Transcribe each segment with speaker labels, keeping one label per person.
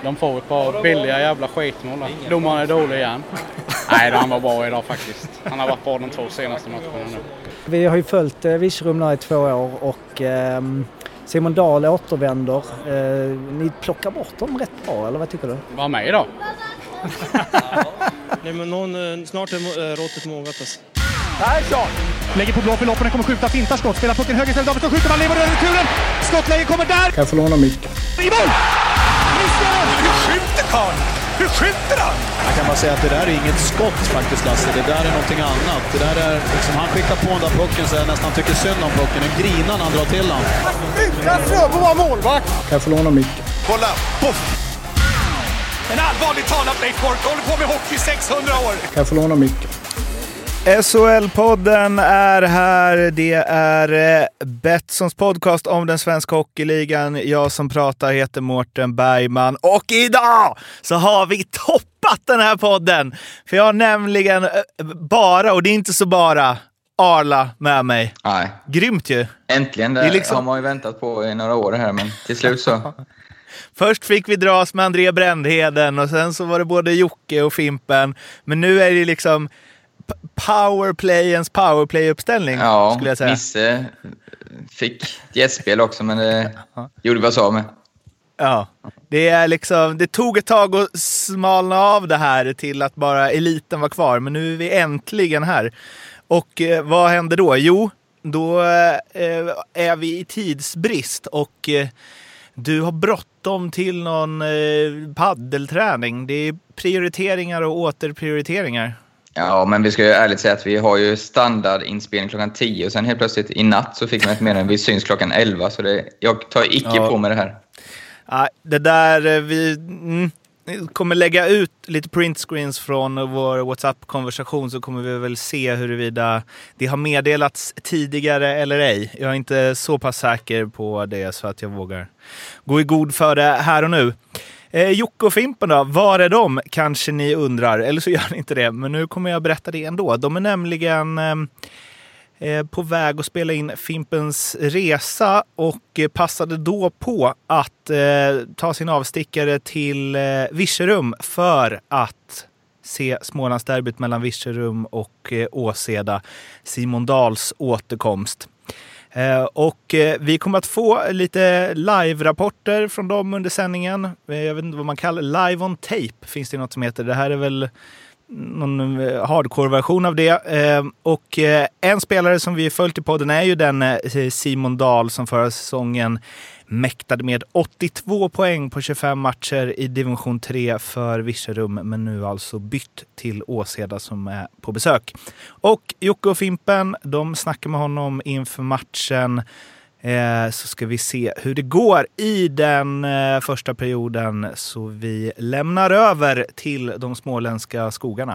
Speaker 1: De får ett par billiga jävla skitmål. Domaren är dålig igen. Nej, han var bra idag faktiskt. Han har varit bra de 2 senaste matcherna nu.
Speaker 2: Vi har ju följt Virserum nu i 2 år och Simon Dahl återvänder. Ni plockar bort dem rätt bra, eller vad tycker du?
Speaker 1: Var med idag.
Speaker 3: Nej, men snart är råttet mogat alltså.
Speaker 4: Persson! Lägger på blå för loppen, kommer skjuta, fintar skott. Spelar pucken höger istället, Davidsson skjuter, man lever över returen. Skottläge kommer där!
Speaker 2: Kan jag få låna micken?
Speaker 4: I mål! Hur skjuter Karl? Hur skjuter han?
Speaker 5: Jag kan bara säga att det där är inget skott faktiskt, Lasse. Det där är någonting annat. Det där är liksom, han skickar på den där pucken så jag nästan tycker synd om pucken. En grinan han drar till han.
Speaker 4: Utan Fröbo var målvakt!
Speaker 2: Kan jag få låna micken?
Speaker 4: Kolla! Poff! En allvarlig talat Leif Boork håller på med hockey 600 år!
Speaker 2: Kan jag få låna micken?
Speaker 6: SHL-podden är här. Det är Betssons podcast om den svenska hockeyligan. Jag som pratar heter Mårten Bergman. Och idag så har vi toppat den här podden. För jag har nämligen bara, och det är inte så bara, Arla med mig.
Speaker 7: Nej.
Speaker 6: Grymt ju.
Speaker 7: Äntligen, det liksom... har man ju väntat på i några år här, men till slut så...
Speaker 6: Först fick vi dras med André Brändheden och sen så var det både Jocke och Fimpen. Men nu är det liksom... powerplayens powerplay-uppställning, skulle jag säga.
Speaker 7: Nisse fick gästspel också, men det gjorde vi oss av med.
Speaker 6: Ja, det är liksom, det tog ett tag att smalna av det här till att bara eliten var kvar, men nu är vi äntligen här. Och vad händer då? Jo, då är vi i tidsbrist och du har bråttom till någon paddelträning. Det är prioriteringar och återprioriteringar.
Speaker 7: Ja, men vi ska ju ärligt säga att vi har ju standardinspelning klockan 10 och sen helt plötsligt i natt så fick man ett meddelande vi syns klockan 11, så jag tar icke på med det här.
Speaker 6: Ja, det där vi kommer lägga ut lite printscreens från vår WhatsApp-konversation, så kommer vi väl se huruvida det har meddelats tidigare eller ej. Jag är inte så pass säker på det så att jag vågar gå i god för det här och nu. Jocke och Fimpen då, var är de? Kanske ni undrar, eller så gör ni inte det. Men nu kommer jag berätta det ändå. De är nämligen på väg att spela in Fimpens resa och passade då på att ta sin avstickare till Virserum för att se Smålandsderbyt mellan Virserum och Åseda, Simon Dahls återkomst. Och vi kommer att få lite live-rapporter från dem under sändningen. Jag vet inte vad man kallar live on tape, finns det något som heter. Det här är väl någon hardcore-version av det. Och en spelare som vi följt i podden är ju den Simon Dahl som förra säsongen mäktade med 82 poäng på 25 matcher i division 3 för Virserum, men nu alltså bytt till Åseda som är på besök. Och Jocke och Fimpen, de snackar med honom inför matchen, så ska vi se hur det går i den första perioden, så vi lämnar över till de småländska skogarna.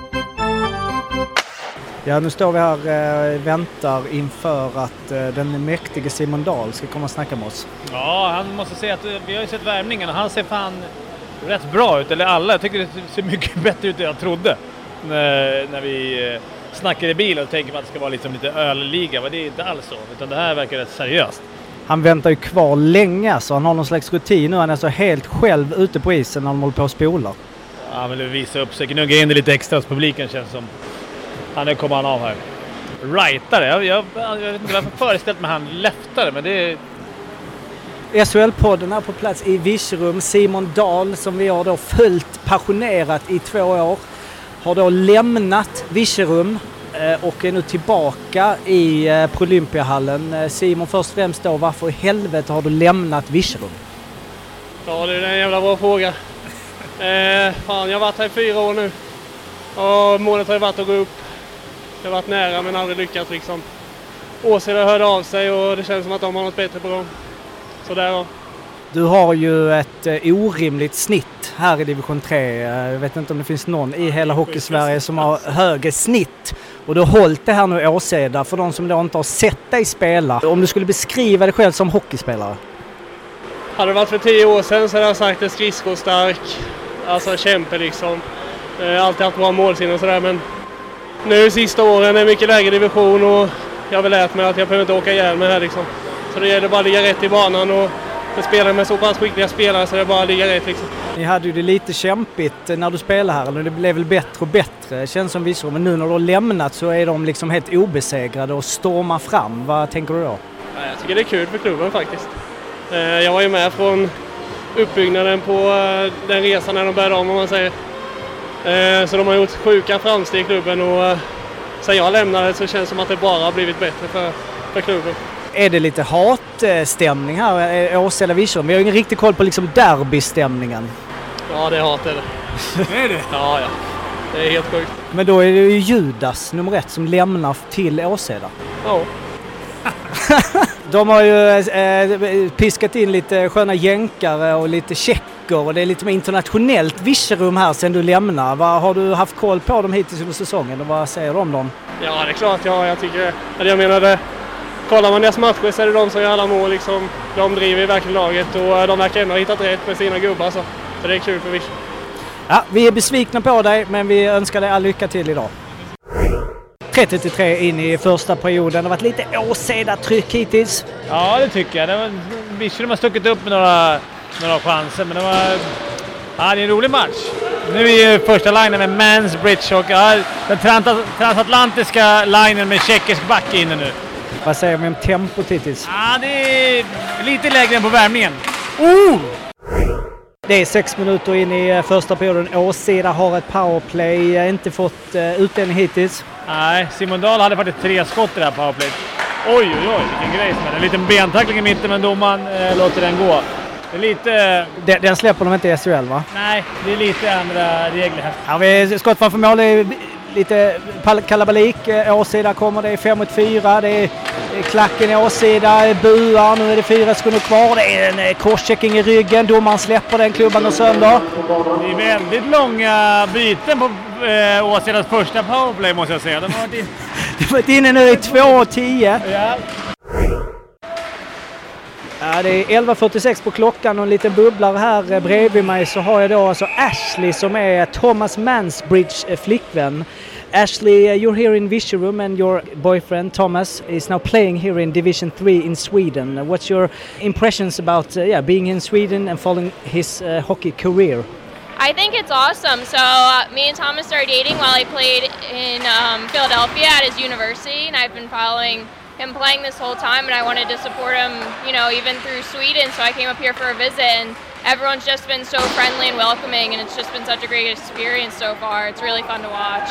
Speaker 2: Ja, nu står vi här och väntar inför att den mäktige Simon Dahl ska komma och snacka med oss.
Speaker 8: Ja, han måste säga att vi har ju sett värmningen och han ser fan rätt bra ut. Eller alla, jag tycker det ser mycket bättre ut än jag trodde. När vi snackar i bilen och tänker att det ska vara liksom lite ölliga. Men det är inte alls så, utan det här verkar rätt seriöst.
Speaker 2: Han väntar ju kvar länge, så han har någon slags rutin nu. Han är så helt själv ute på isen när han håller på och spolar. Ja,
Speaker 8: men det visar upp sig. Nu går in det lite extra hos publiken, känns som. Nu kommer han av här. Rightare. Jag vet inte varför föreställt med han leftare, men det är...
Speaker 2: SHL-podden är på plats i Virserum. Simon Dahl, som vi har då följt passionerat i 2 år, har då lämnat Virserum och är nu tillbaka på Olympiahallen. Simon, först och främst då, varför i helvete har du lämnat Virserum?
Speaker 3: Ja, det är en jävla bra fråga. Fan, jag har varit här i 4 år nu. Och målet har ju varit att gå upp. Jag har varit nära men aldrig lyckats liksom. Åseda hörde av sig och det känns som att de har något bättre på gång. Så där då.
Speaker 2: Du har ju ett orimligt snitt här i division 3. Jag vet inte om det finns någon i hela Hockeysverige som har högre snitt. Och du har hållit det här nu Åseda för de som då inte har sett dig spela. Om du skulle beskriva dig själv som hockeyspelare?
Speaker 3: Hade det varit för 10 år sedan så hade jag sagt en skridskostark. Alltså kämpe liksom. Alltid haft bra målsinne och sådär, men nu sista åren är mycket lägre division och jag har väl lärt mig att jag behöver inte åka ihjäl mig här liksom. Så det gäller bara att ligga rätt i banan och för spelare med så pass skickliga spelare så det bara ligger rätt liksom.
Speaker 2: Ni hade ju det lite kämpigt när du spelade här, eller det blev väl bättre och bättre, det känns som Virserum. Men nu när du har lämnat så är de liksom helt obesegrade och stormar fram. Vad tänker du då?
Speaker 3: Ja, jag tycker det är kul för klubben faktiskt. Jag var ju med från uppbyggnaden på den resan när de började om man säger. Så de har gjort sjuka framsteg i klubben och sen jag lämnade så känns det som att det bara har blivit bättre för klubben.
Speaker 2: Är det lite hatstämning här, Åseda Virserum? Vi har ju ingen riktig koll på liksom derbystämningen.
Speaker 3: Ja, det är hat är det.
Speaker 8: Är det?
Speaker 3: Ja. Det är helt sjukt.
Speaker 2: Men då är det ju Judas nummer 1 som lämnar till Åseda.
Speaker 3: Ja.
Speaker 2: De har ju piskat in lite sköna jänkare och lite tjecker och det är lite mer internationellt Virserum här sen du lämnar. Har du haft koll på dem hittills under säsongen och vad säger du om dem?
Speaker 3: Ja, det är klart. Jag tycker att jag menade, kollar man deras matcher så är det de som gör alla mål liksom. De driver verkligen laget och de verkar ändå ha hittat rätt med sina gubbar så det är kul för Virserum.
Speaker 2: Ja, vi är besvikna på dig men vi önskar dig all lycka till idag. 3:33 in i första perioden. Det har varit lite Åseda-tryck hittills.
Speaker 8: Ja, det tycker jag. Virserum har stuckit upp med några chanser, men det är en rolig match. Nu är ju första linjen med Mansbridge och den transatlantiska linjen med tjeckisk back inne nu.
Speaker 2: Vad säger vi om tempot hittills?
Speaker 8: Ja, det är lite lägre än på värmningen.
Speaker 2: Det är 6 minuter in i första perioden. Åseda har ett powerplay. Inte fått utdelning hittills.
Speaker 8: Nej, Simon Dahl hade faktiskt 3 skott i det här powerplay. Oj, vilken grej som är. En liten bentackling i mitten men domaren låter den gå. Det är lite...
Speaker 2: Den släpper de inte i SHL, va?
Speaker 8: Nej, det är lite andra regler här.
Speaker 2: Ja, vi är skott framför mål. Det är lite kalabalik. Åseda kommer, det är 5-4. Det är klacken i Åseda, buar. Nu är det 4 sekunder kvar. Det är en korschecking i ryggen. Domaren släpper den, klubban och sönder.
Speaker 8: Det är väldigt långa byten på Åsedas första powerplay måste jag säga. De
Speaker 2: har varit inne nu i 2:10.
Speaker 8: Ja.
Speaker 2: Ja, det är 11:46 på klockan och en liten bubblare här bredvid mig så har jag då alltså Ashley som är Thomas Mansbridge flickvän. Ashley, you're here in Virserum and your boyfriend Thomas is now playing here in Division 3 in Sweden. What's your impressions about being in Sweden and following his hockey career?
Speaker 9: I think it's awesome. So me and Thomas started dating while he played in Philadelphia at his university, and I've been following him playing this whole time, and I wanted to support him, even through Sweden, so I came up here for a visit, and everyone's just been so friendly and welcoming, and it's just been such a great experience so far. It's really fun to watch.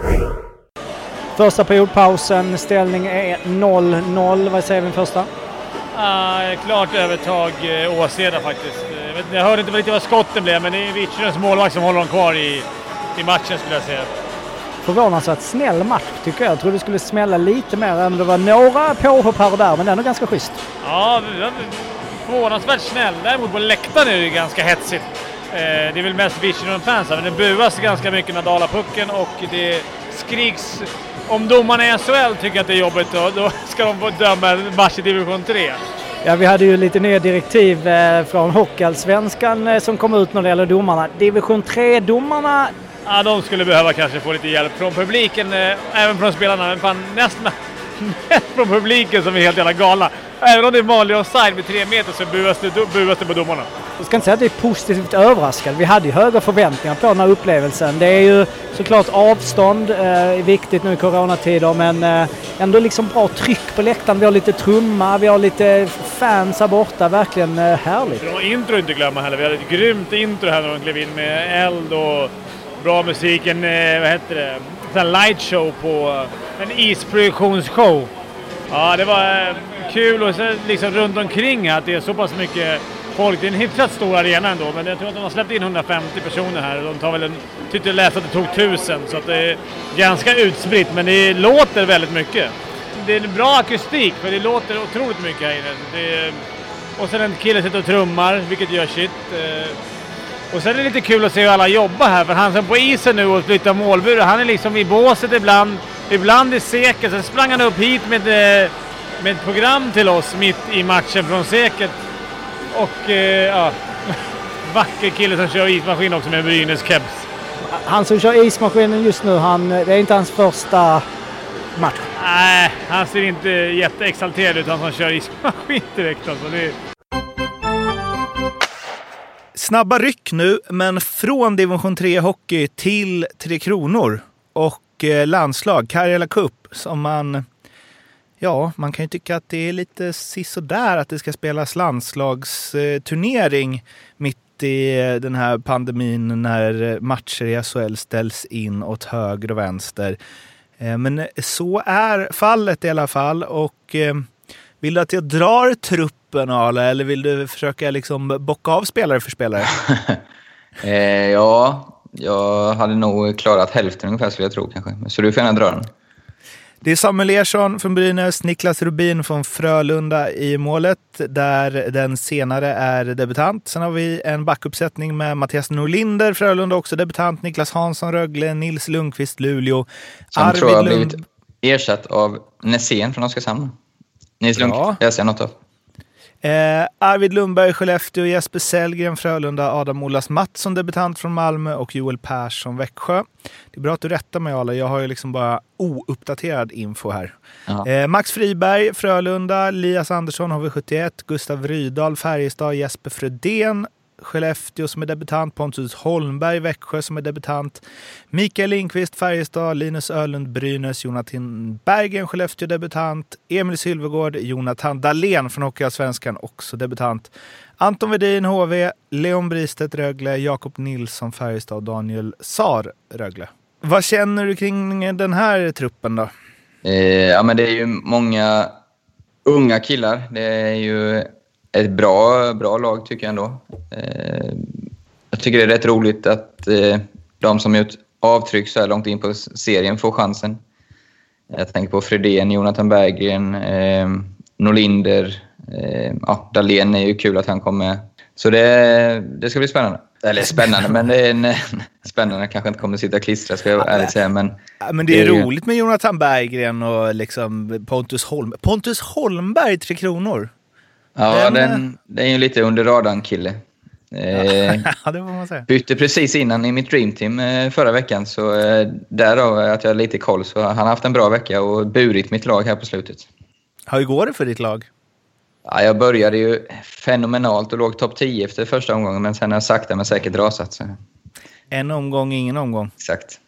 Speaker 2: Första periodpausen, ställning är 0-0. Vad säger vi första?
Speaker 8: Klart övertag Åseda faktiskt. Jag hörde inte riktigt vad skotten blev, men det är Virserums målvakt som håller dem kvar i matchen skulle jag säga.
Speaker 2: Förvånansvärt snäll match tycker jag. Jag tror det skulle smälla lite mer än det var några påhopp här och där, men den är ganska schysst.
Speaker 8: Ja, förvånansvärt snäll. Däremot på läktaren är det ganska hetsigt. Det är väl mest Virserum-fans, men det buas ganska mycket när dalar pucken och det skriks. Om domarna i SHL tycker att det är jobbigt då ska de få döma en match i division 3.
Speaker 2: Ja, vi hade ju lite nya direktiv från Hockeyallsvenskan som kom ut när det gäller domarna. Division 3-domarna...
Speaker 8: Ja, de skulle behöva kanske få lite hjälp från publiken, även från spelarna, men fan nästan från publiken som är helt jävla galna. Även om det är vanlig offside med 3 meter så buas det på domarna.
Speaker 2: Jag ska inte säga att det är positivt överraskad. Vi hade ju höga förväntningar på den här upplevelsen. Det är ju såklart avstånd, viktigt nu i coronatider, men ändå liksom bra tryck på läktaren. Vi har lite trumma, vi har lite fans här borta. Verkligen härligt.
Speaker 8: Bra intro inte glömma heller. Vi hade ett grymt intro här när de klev in med eld och bra musik. En lightshow på en isprojektionsshow. Ja, det var kul och så liksom runt omkring att det är så pass mycket folk. Det är en hyfsat stor arena ändå, men jag tror att de har släppt in 150 personer här. De tar väl tyckte läsa att det tog 1000, så att det är ganska utspritt, men det låter väldigt mycket. Det är en bra akustik, för det låter otroligt mycket här inne. Och sen en kille sitter och trummar, vilket gör shit. Och sen är det lite kul att se hur alla jobbar här, för han som på isen nu och flyttar målburen, han är liksom i båset ibland i Seket. Sen sprang han upp hit med ett program till oss mitt i matchen från Seket. Och vacker kille som kör ismaskin också med Brynäs keps.
Speaker 2: Han som kör ismaskinen just nu, det är inte hans första match.
Speaker 8: Nej, han ser inte jätteexalterad ut, han som kör ismaskin direkt. Alltså.
Speaker 6: Snabba ryck nu, men från division 3 hockey till 3 Kronor och landslag, Karjala Cup, som man kan ju tycka att det är lite sisådär att det ska spelas landslagsturnering mitt i den här pandemin när matcher i SHL ställs in åt höger och vänster. Men så är fallet i alla fall, och vill du att jag drar truppen, Ale, eller vill du försöka liksom bocka av spelare för spelare?
Speaker 7: Ja, jag hade nog klarat hälften ungefär, skulle jag tro kanske. Så du får gärna dra den.
Speaker 6: Det är Samuel Ersson från Brynäs, Niklas Rubin från Frölunda i målet, där den senare är debutant. Sen har vi en backuppsättning med Mattias Norlinder, Frölunda också debutant, Niklas Hansson, Rögle, Nils Lundqvist, Luleå.
Speaker 7: Som tror jag har blivit ersatt av Nässén från Oskarshamn. Nils Lundqvist, jag ser något av.
Speaker 6: Arvid Lundberg, Skellefteå, Jesper Sellgren, Frölunda, Adam Olas Mattsson, debutant från Malmö, och Joel Persson, Växjö. Det är bra att du rättar mig, alla. Jag har ju liksom bara ouppdaterad info här. Max Friberg, Frölunda, Elias Andersson, HV71, Gustav Rydahl, Färjestad, Jesper Frödén, Skellefteå som är debutant, Pontus Holmberg, Växjö som är debutant, Mikael Lindqvist, Färjestad, Linus Öhlund, Brynäs, Jonathan Bergen, Skellefteå debutant, Emil Sylvegård, Jonathan Dahlén från Hockeyallsvenskan också debutant, Anton Wedin, HV, Leon Bristedt, Rögle, Jakob Nilsson, Färjestad och Daniel Sar, Rögle. Vad känner du kring den här truppen då?
Speaker 7: Ja, men det är ju många unga killar. Det är ju ett bra lag tycker jag ändå. Jag tycker det är rätt roligt att de som gjort avtryck så här långt in på serien får chansen. Jag tänker på Fredén, Jonathan Berggren, Norlinder. Dahlén är ju kul att han kommer. Så det ska bli spännande. Eller spännande, men det är spännande. Kanske inte kommer sitta klistra, ska jag ärligt säga. Men
Speaker 6: det är roligt med Jonathan Berggren och liksom Pontus Holmberg, 3 Kronor.
Speaker 7: Ja, det är ju lite under radarn kille.
Speaker 6: Ja, det får man säga.
Speaker 7: Bytte precis innan i mitt Dream Team förra veckan, så därav att jag har lite koll. Så han har haft en bra vecka och burit mitt lag här på slutet.
Speaker 6: Hur går det för ditt lag?
Speaker 7: Ja, jag började ju fenomenalt och låg topp 10 efter första omgången, men sen har jag sakta men säkert rasat. Så.
Speaker 6: En omgång, ingen omgång.
Speaker 7: Exakt.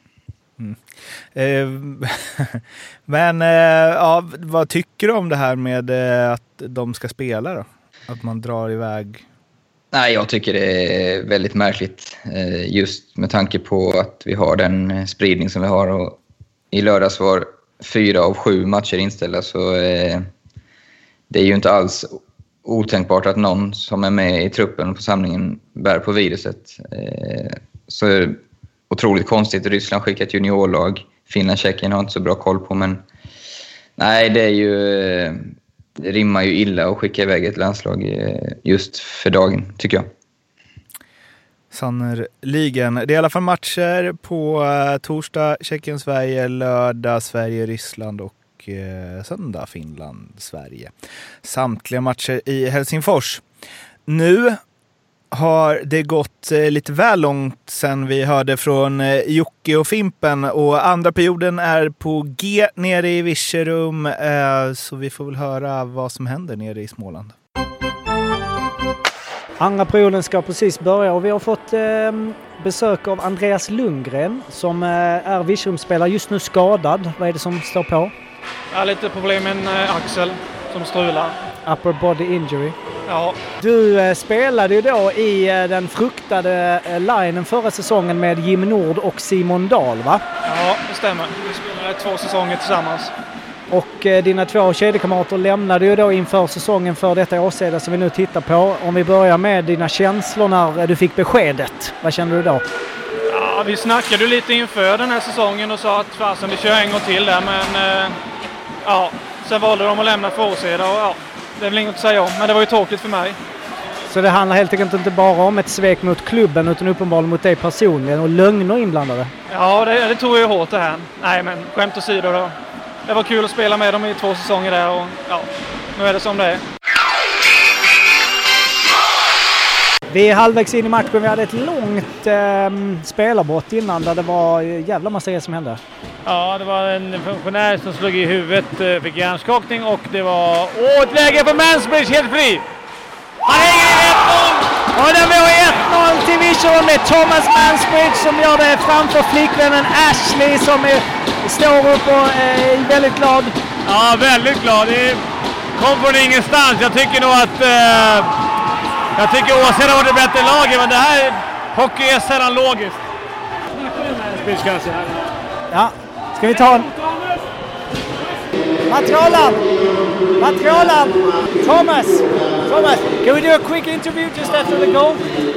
Speaker 6: Men vad tycker du om det här med att de ska spela då? Att man drar iväg?
Speaker 7: Nej, jag tycker det är väldigt märkligt. Just med tanke på att vi har den spridning som vi har. Och i lördags var 4 av 7 matcher inställda, så det är ju inte alls otänkbart att någon som är med i truppen på samlingen bär på viruset. Så otroligt konstigt. Ryssland skickar ett juniorlag. Finland, Tjeckien har inte så bra koll på, men nej, det rimmar ju illa att skicka iväg ett landslag just för dagen, tycker jag.
Speaker 6: Sannerligen. Det är i alla fall matcher på torsdag Tjeckien, Sverige, lördag Sverige, Ryssland och söndag Finland, Sverige. Samtliga matcher i Helsingfors. Nu har det gått lite väl långt sen vi hörde från Jocke och Fimpen, och andra perioden är på G nere i Virserum, så vi får väl höra vad som händer nere i Småland.
Speaker 2: Andra perioden ska precis börja och vi har fått besök av Andreas Lundgren som är Virserumspelare, just nu skadad. Vad är det som står på?
Speaker 3: Jag har lite problem med en axel som strular.
Speaker 2: Upper body injury.
Speaker 3: Ja.
Speaker 2: Du spelade ju då i den fruktade linen förra säsongen med Jim Nord och Simon Dahl, va?
Speaker 3: Ja, det stämmer. Vi spelade 2 säsonger tillsammans.
Speaker 2: Och dina 2 kedjekamrater lämnade ju då inför säsongen för detta årsedan som vi nu tittar på. Om vi börjar med dina känslor när du fick beskedet. Vad kände du då?
Speaker 3: Ja, vi snackade lite inför den här säsongen och sa att fasen, vi kör en gång till där, men sen valde de att lämna för årsedan och det är väl inget att säga om, men det var ju tråkigt för mig.
Speaker 2: Så det handlar helt enkelt inte bara om ett svek mot klubben utan uppenbarligen mot dig personligen och lögner inblandade?
Speaker 3: Ja, det tog ju hårt det här. Nej, men skämt åsido då. Det var kul att spela med dem i 2 säsonger där och nu är det som det är.
Speaker 2: Vi är halvvägs in i matchen. Vi hade ett långt spelarbrott innan där det var jävla massa grejer som hände.
Speaker 8: Ja, det var en funktionär som slog i huvudet, fick hjärnskakning och det var ett läge för Mansbridge helt fri. Han hänger i rätt
Speaker 2: Och där var 1-0 till Virserum med Thomas Mansbridge som gör det framför flickvännen Ashley som står upp och är väldigt glad.
Speaker 8: Ja, väldigt glad. Det kom från ingenstans. Jag tycker nog att Åseda har det bättre laget, men det här hockey är sällan logiskt.
Speaker 2: Ja, ska vi ta en... Materialan! Thomas! Can we do a quick interview just after the goal?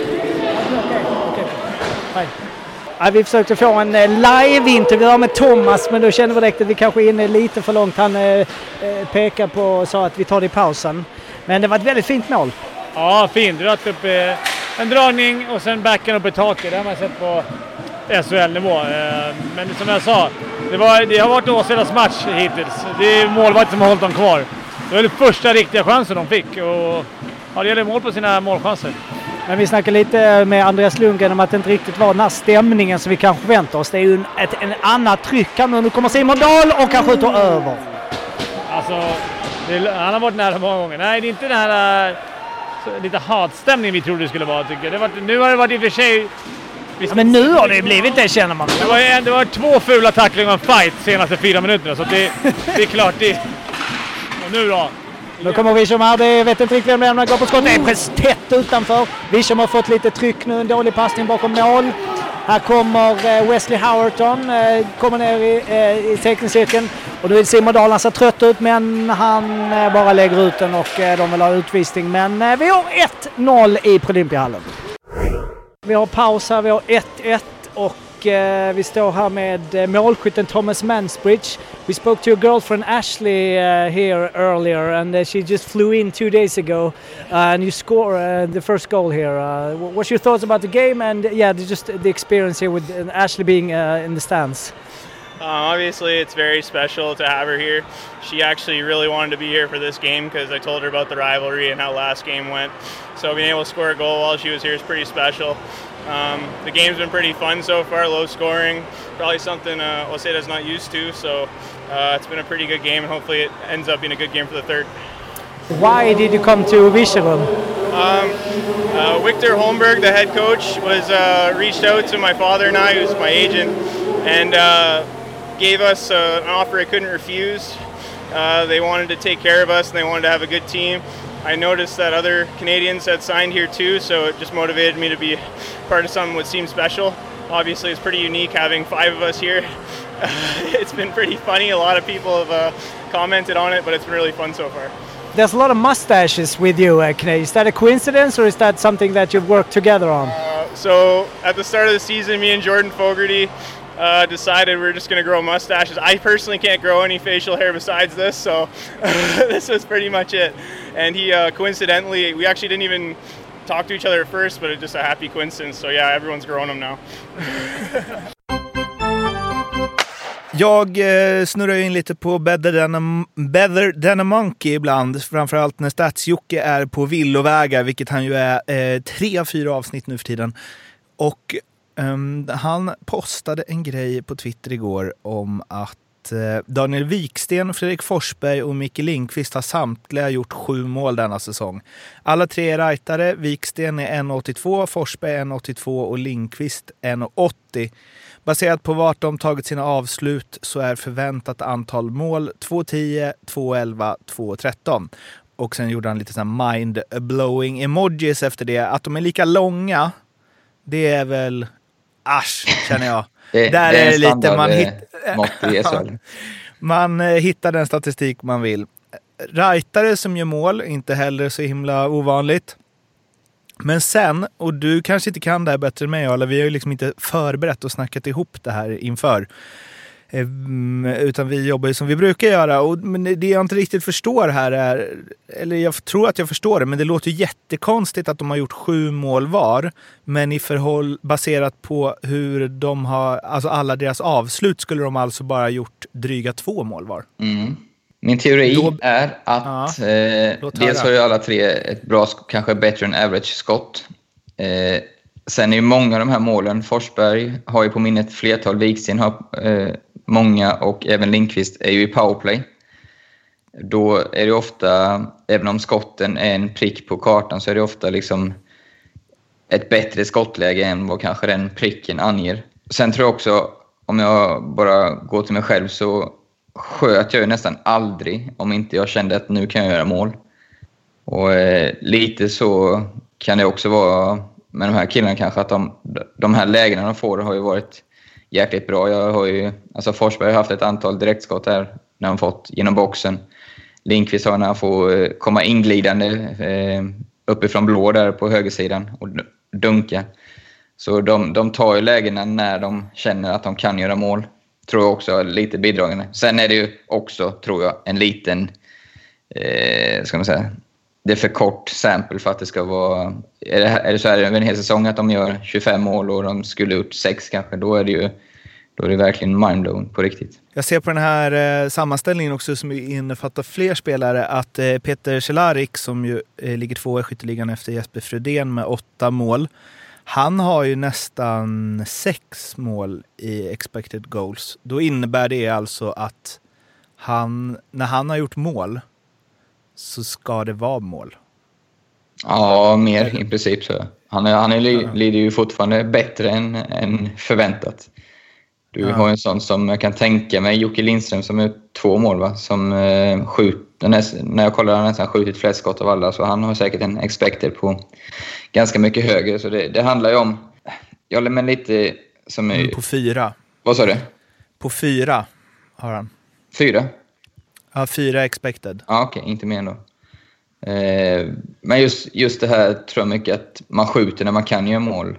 Speaker 2: Okay. Fine. Ja, vi försökte få en live-intervju med Thomas, men då kände vi direkt att vi kanske är inne lite för långt. Han pekade på och sa att vi tar det i pausen. Men det var ett väldigt fint mål.
Speaker 8: Ja, fint. Rätt upp en dragning och sen backen upp i taket. Det har man sett på SHL-nivå. Men som jag sa, det har varit Åsedas match hittills. Det är målvakt som har hållit dem kvar. Det var den första riktiga chansen de fick. Och ja, det gäller mål på sina målchanser.
Speaker 2: Men vi snackade lite med Andreas Lundgren om att det inte riktigt var den här stämningen som vi kanske förväntar oss. Det är ju en annat tryck här nu. Nu kommer Simon Dahl och han skjuter över.
Speaker 8: Alltså, han har varit nära många gånger. Nej, det är inte den här lite hatstämning vi trodde det skulle vara, tycker jag. Nu har det varit i och för sig...
Speaker 2: Men nu har det blivit det, känner man.
Speaker 8: Det var 2 fula tacklingar och en fight senaste 4 minuterna, så det är klart det. Och nu då?
Speaker 2: Nu kommer Virserum här, det vet inte riktigt vem det är, går på skott. Det är precis tätt utanför. Virserum har fått lite tryck nu, en dålig passning bakom mål. Här kommer Wesley Howerton, kommer ner i teckningscirkeln. Och nu är Simon Dahl, han ser trött ut, men han bara lägger ut den och de vill ha utvisning. Men vi har 1-0 i Olympiahallen. Vi har paus här, vi har 1-1 och vi står här med målskytten Thomas Mansbridge. We spoke to your girlfriend Ashley here earlier and she just flew in 2 days ago and you score the first goal here. What's your thoughts about the game and just the experience here with Ashley being in the stands?
Speaker 10: Obviously, it's very special to have her here. She actually really wanted to be here for this game because I told her about the rivalry and how last game went. So being able to score a goal while she was here is pretty special. The game's been pretty fun so far, low scoring, probably something Åseda's not used to. So it's been a pretty good game and hopefully it ends up being a good game for the third.
Speaker 2: Why did you come to Virserum?
Speaker 10: Victor Holmberg, the head coach, was reached out to my father and I, who's my agent, and gave us an offer I couldn't refuse. They wanted to take care of us and they wanted to have a good team. I noticed that other Canadians had signed here too, so it just motivated me to be part of something that seemed special. Obviously, it's pretty unique having 5 of us here. It's been pretty funny. A lot of people have commented on it, but it's been really fun so far.
Speaker 2: There's a lot of mustaches with you, Canadian. Is that a coincidence or is that something that you've worked together on?
Speaker 10: So at the start of the season, me and Jordan Fogarty decided we're just going to grow mustaches. I personally can't grow any facial hair besides this, so this was pretty much it. And he coincidentally, we actually didn't even talk to each other at first, but it's just a happy coincidence. So yeah, everyone's growing them now.
Speaker 6: Jag snurrar in lite på Better than a Monkey ibland, framförallt när Stats-Jocke är på villovägar, vilket han ju är 3-4 avsnitt nu för tiden. Och han postade en grej på Twitter igår om att Daniel Wiksten, Fredrik Forsberg och Micke Lindqvist har samtliga gjort 7 mål denna säsong. Alla 3 är rightare. Wiksten är 1,82, Forsberg 1,82 och Lindqvist 1,80. Baserat på vart de tagit sina avslut så är förväntat antal mål 2,10, 2,11, 2,13. Och sen gjorde han lite sån här mind-blowing emojis efter det. Att de är lika långa, det är väl känner jag.
Speaker 7: Det är lite
Speaker 6: man hittar den statistik man vill. Rightare som gör mål, inte heller så himla ovanligt. Men sen, och du kanske inte kan det här bättre än mig, eller vi har ju liksom inte förberett och snackat ihop det här inför. Utan vi jobbar ju som vi brukar göra. Men det jag inte riktigt förstår här är, eller jag tror att jag förstår det, men det låter ju jättekonstigt att de har gjort 7 mål var. Men i baserat på hur de har, alltså alla deras avslut, skulle de alltså bara gjort dryga 2 mål var.
Speaker 7: Mm. Min teori är att dels har ju alla 3 ett bra, kanske bättre än average skott. Sen är ju många av de här målen, Forsberg har ju på minnet flertal, Wiksten har många och även Lindqvist är ju i powerplay. Då är det ofta, även om skotten är en prick på kartan, så är det ofta liksom ett bättre skottläge än vad kanske den pricken anger. Sen tror jag också, om jag bara går till mig själv, så sköt jag ju nästan aldrig om inte jag kände att nu kan jag göra mål. Och lite så kan det också vara med de här killarna kanske, att de här lägena de får har ju varit jäkligt bra. Jag har ju, alltså Forsberg har haft ett antal direktskott här när han fått genom boxen. Lindqvist har när han får komma inglidande uppifrån blå där på högersidan och dunka. Så de tar ju lägena när de känner att de kan göra mål. Tror jag också lite bidragande. Sen är det ju också, tror jag, en liten, ska man säga, det är för kort sample för att det ska vara... Är det så här över en hel säsong att de gör 25 mål och de skulle gjort 6 kanske, då är det verkligen mindblown på riktigt.
Speaker 6: Jag ser på den här sammanställningen också, som innefattar fler spelare, att Peter Cehlarik, som ju ligger 2 i skytteligan efter Jesper Fredén med 8 mål, han har ju nästan 6 mål i expected goals. Då innebär det alltså att när han har gjort mål så ska det vara mål.
Speaker 7: Ja, mer i princip så. Han lider ju fortfarande bättre än förväntat. Du har en sån som jag kan tänka mig, Jocke Lindström, som är 2 mål, va? Som skjuter, när jag kollar, han nästan skjutit flest skott av alla, så han har säkert en expected på ganska mycket högre. Så det handlar ju om, men lite som är...
Speaker 6: På 4.
Speaker 7: Vad sa du?
Speaker 6: På 4 har han.
Speaker 7: 4?
Speaker 6: Ja, 4 expected.
Speaker 7: Ja, okej, inte mer ändå. Men just det här tror jag mycket att man skjuter när man kan göra mål.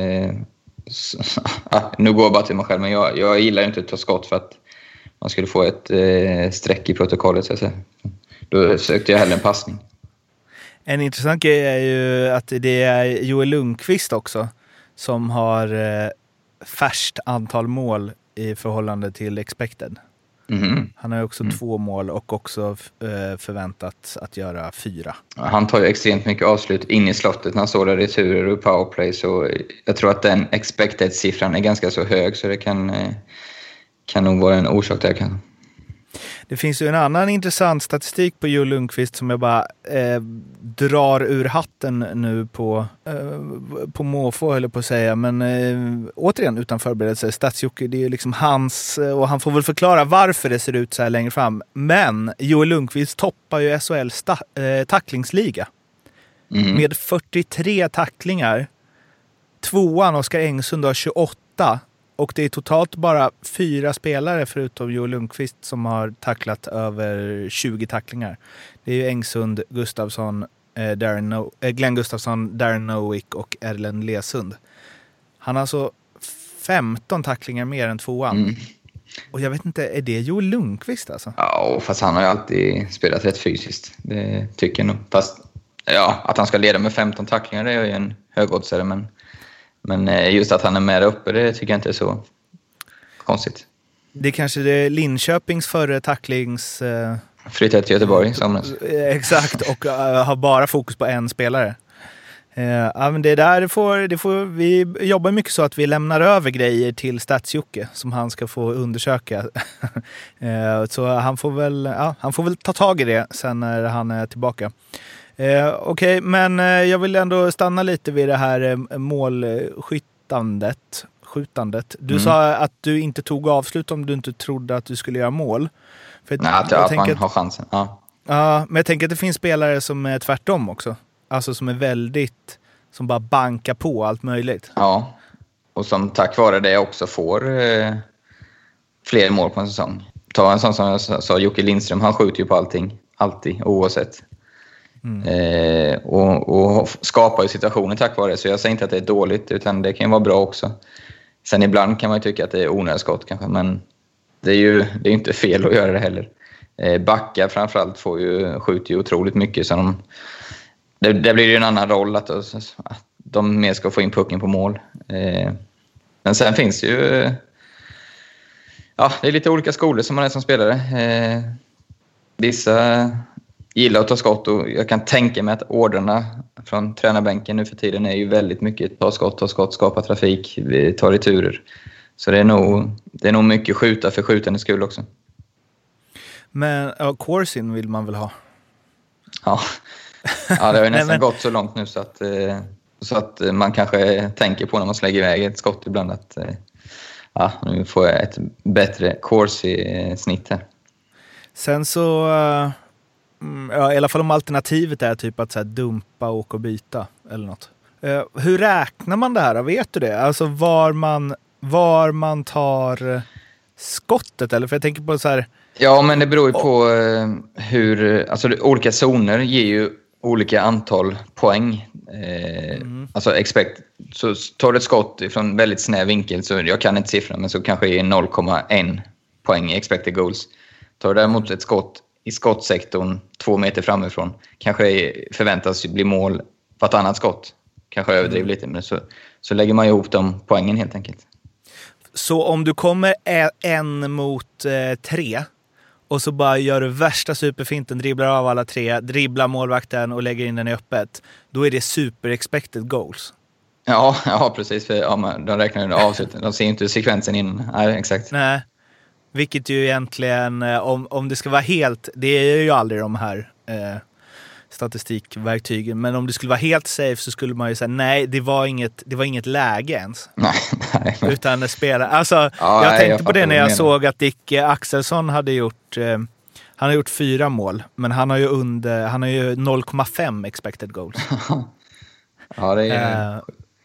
Speaker 7: Nu går jag bara till mig själv, men jag gillar inte att ta skott för att man skulle få ett streck i protokollet, så att säga. Då sökte jag hellre en passning.
Speaker 6: En intressant grej är ju att det är Joel Lundqvist också som har färst antal mål i förhållande till expected. Han har ju också 2 mål och också förväntat att göra 4.
Speaker 7: Han tar ju extremt mycket avslut in i slottet när han står där returer och powerplay, så jag tror att den expected-siffran är ganska så hög, så det kan nog vara en orsak där kanske.
Speaker 6: Det finns ju en annan intressant statistik på Joel Lundqvist som jag bara drar ur hatten nu på måfå, eller på att säga. Men återigen utan förberedelse. Statsjocke, det är ju liksom hans, och han får väl förklara varför det ser ut så här längre fram. Men Joel Lundqvist toppar ju SHL tacklingsliga med 43 tacklingar. 2:an Oskar Engsund har 28. Och det är totalt bara 4 spelare förutom Joel Lundqvist som har tacklat över 20 tacklingar. Det är ju Engsund, Gustafsson, Glenn Gustafsson, Darren Nowick och Erlen Lesund. Han har alltså 15 tacklingar mer än 2:an. Och jag vet inte, är det Joel Lundqvist alltså?
Speaker 7: Ja, fast han har ju alltid spelat rätt fysiskt. Det tycker jag nog. Fast att han ska leda med 15 tacklingar, det är ju en högoddsare, men just att han är med uppe, det tycker jag inte är så konstigt.
Speaker 6: Det är kanske det Linköpings förre tacklings...
Speaker 7: Flyttat till Göteborg.
Speaker 6: Exakt, och har bara fokus på en spelare. Men det där vi jobbar mycket så att vi lämnar över grejer till Statsjocke som han ska få undersöka. Så han får väl ta tag i det sen när han är tillbaka. Okej, men jag vill ändå stanna lite vid det här skjutandet. Du sa att du inte tog avslut om du inte trodde att du skulle göra mål. För
Speaker 7: att man har chansen.
Speaker 6: Ja, men jag tänker att det finns spelare som är tvärtom också. Alltså som är väldigt, som bara bankar på allt möjligt. Ja,
Speaker 7: och som tack vare det också får fler mål på en säsong. Ta en sån som jag sa, Jocke Lindström, han skjuter ju på allting. Alltid, oavsett. Och skapar ju situationer tack vare det. Så jag säger inte att det är dåligt, utan det kan vara bra också. Sen ibland kan man ju tycka att det är onödigt skott kanske, men det är ju inte fel att göra det heller. Backar framförallt skjuter ju otroligt mycket, så det blir ju en annan roll att de mer ska få in pucken på mål. Men sen finns ju det är lite olika skolor som man är som spelare. Vissa gillar att ta skott, och jag kan tänka mig att orderna från tränarbänken nu för tiden är ju väldigt mycket ta skott, skapa trafik, ta returer. Så det är nog mycket skjuta för skjutandets skull också.
Speaker 6: Men Corsin vill man väl ha?
Speaker 7: Ja, det har ju nästan gått så långt nu så att Så att man kanske tänker på när man slänger iväg ett skott ibland att nu får jag ett bättre course i snitt här.
Speaker 6: Sen så, i alla fall om alternativet är typ att så här, dumpa, åka och byta eller något. Hur räknar man det här? Vet du det? Alltså var man tar skottet? Eller för jag tänker på så här...
Speaker 7: Ja, men det beror ju på hur... Alltså olika zoner ger ju olika antal poäng. Alltså expect. Så tar du ett skott från väldigt snäv vinkel, så jag kan inte siffran, men så kanske det är 0,1 poäng i expected goals. Tar du däremot ett skott i skottsektorn 2 meter framifrån, kanske förväntas bli mål på ett annat skott. Kanske överdriver lite, men så lägger man ihop de poängen helt enkelt.
Speaker 6: Så om du kommer 1 mot 3 och så bara gör du värsta superfinten, dribblar av alla 3, dribblar målvakten och lägger in den i öppet, då är det super expected goals.
Speaker 7: Ja, precis. För de räknar ju avslut. De ser inte sekvensen in. Nej, exakt.
Speaker 6: Nej, vilket ju egentligen, om det ska vara helt, det är ju aldrig de här statistikverktygen, men om det skulle vara helt safe så skulle man ju säga nej, det var inget läge ens.
Speaker 7: Nej.
Speaker 6: Utan spela. Alltså, jag tänkte på det när jag såg att Dick Axelsson hade gjort 4 mål, men han har ju 0,5 expected goals.
Speaker 7: Ja, det är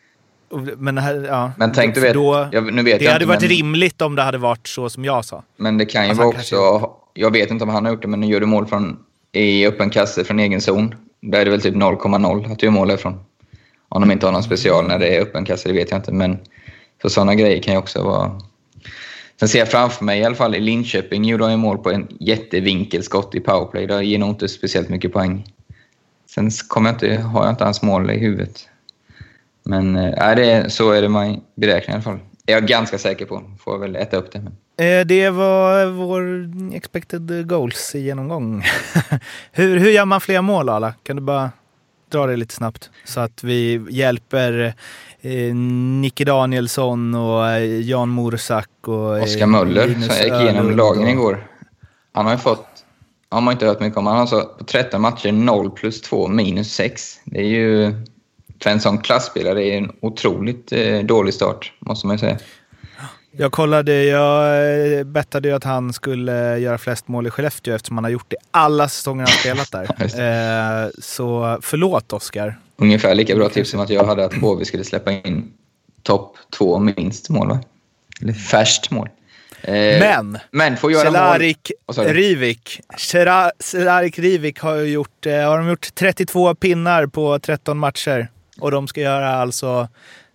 Speaker 6: men
Speaker 7: tänk, du vet, nu vet
Speaker 6: det
Speaker 7: jag
Speaker 6: hade
Speaker 7: inte,
Speaker 6: varit rimligt om det hade varit så som jag sa.
Speaker 7: Men det kan ju vara också, jag vet inte om han har gjort det, men nu gör du mål i öppen kasse från egen zon. Där är det väl typ 0,0 att du gör mål ifrån. Om de inte har någon special när det är öppen kasse, det vet jag inte. Men så sådana grejer kan ju också vara... Sen ser jag framför mig, i alla fall i Linköping, gjorde de mål på en jättevinkelskott i powerplay. Det ger nog inte speciellt mycket poäng. Sen har jag inte hans mål i huvudet. Men så är det man beräknar i alla fall. Jag är ganska säker på. Får jag väl äta upp det.
Speaker 6: Det var vår expected goals i genomgång. Hur gör man fler mål, Ala? Kan du bara dra det lite snabbt? Så att vi hjälper Nicke Danielsson och Jan Morsak och
Speaker 7: Oskar Möller som jag gick igenom lagen igår. Han har ju fått, har man inte hört mycket om, han har alltså på 13 matcher 0 + 2 - 6. Det är ju, för en sån klassspelare, är en otroligt dålig start, måste man ju säga.
Speaker 6: Jag bettade ju att han skulle göra flest mål i Skellefteå eftersom han har gjort det alla säsonger han spelat där. Så förlåt, Oskar.
Speaker 7: Ungefär lika bra tips som att jag hade att HV skulle släppa in topp 2 minst mål, va? Eller färskt mål.
Speaker 6: Men
Speaker 7: får göra
Speaker 6: Cehlárik Rivik har gjort 32 pinnar på 13 matcher. Och de ska göra alltså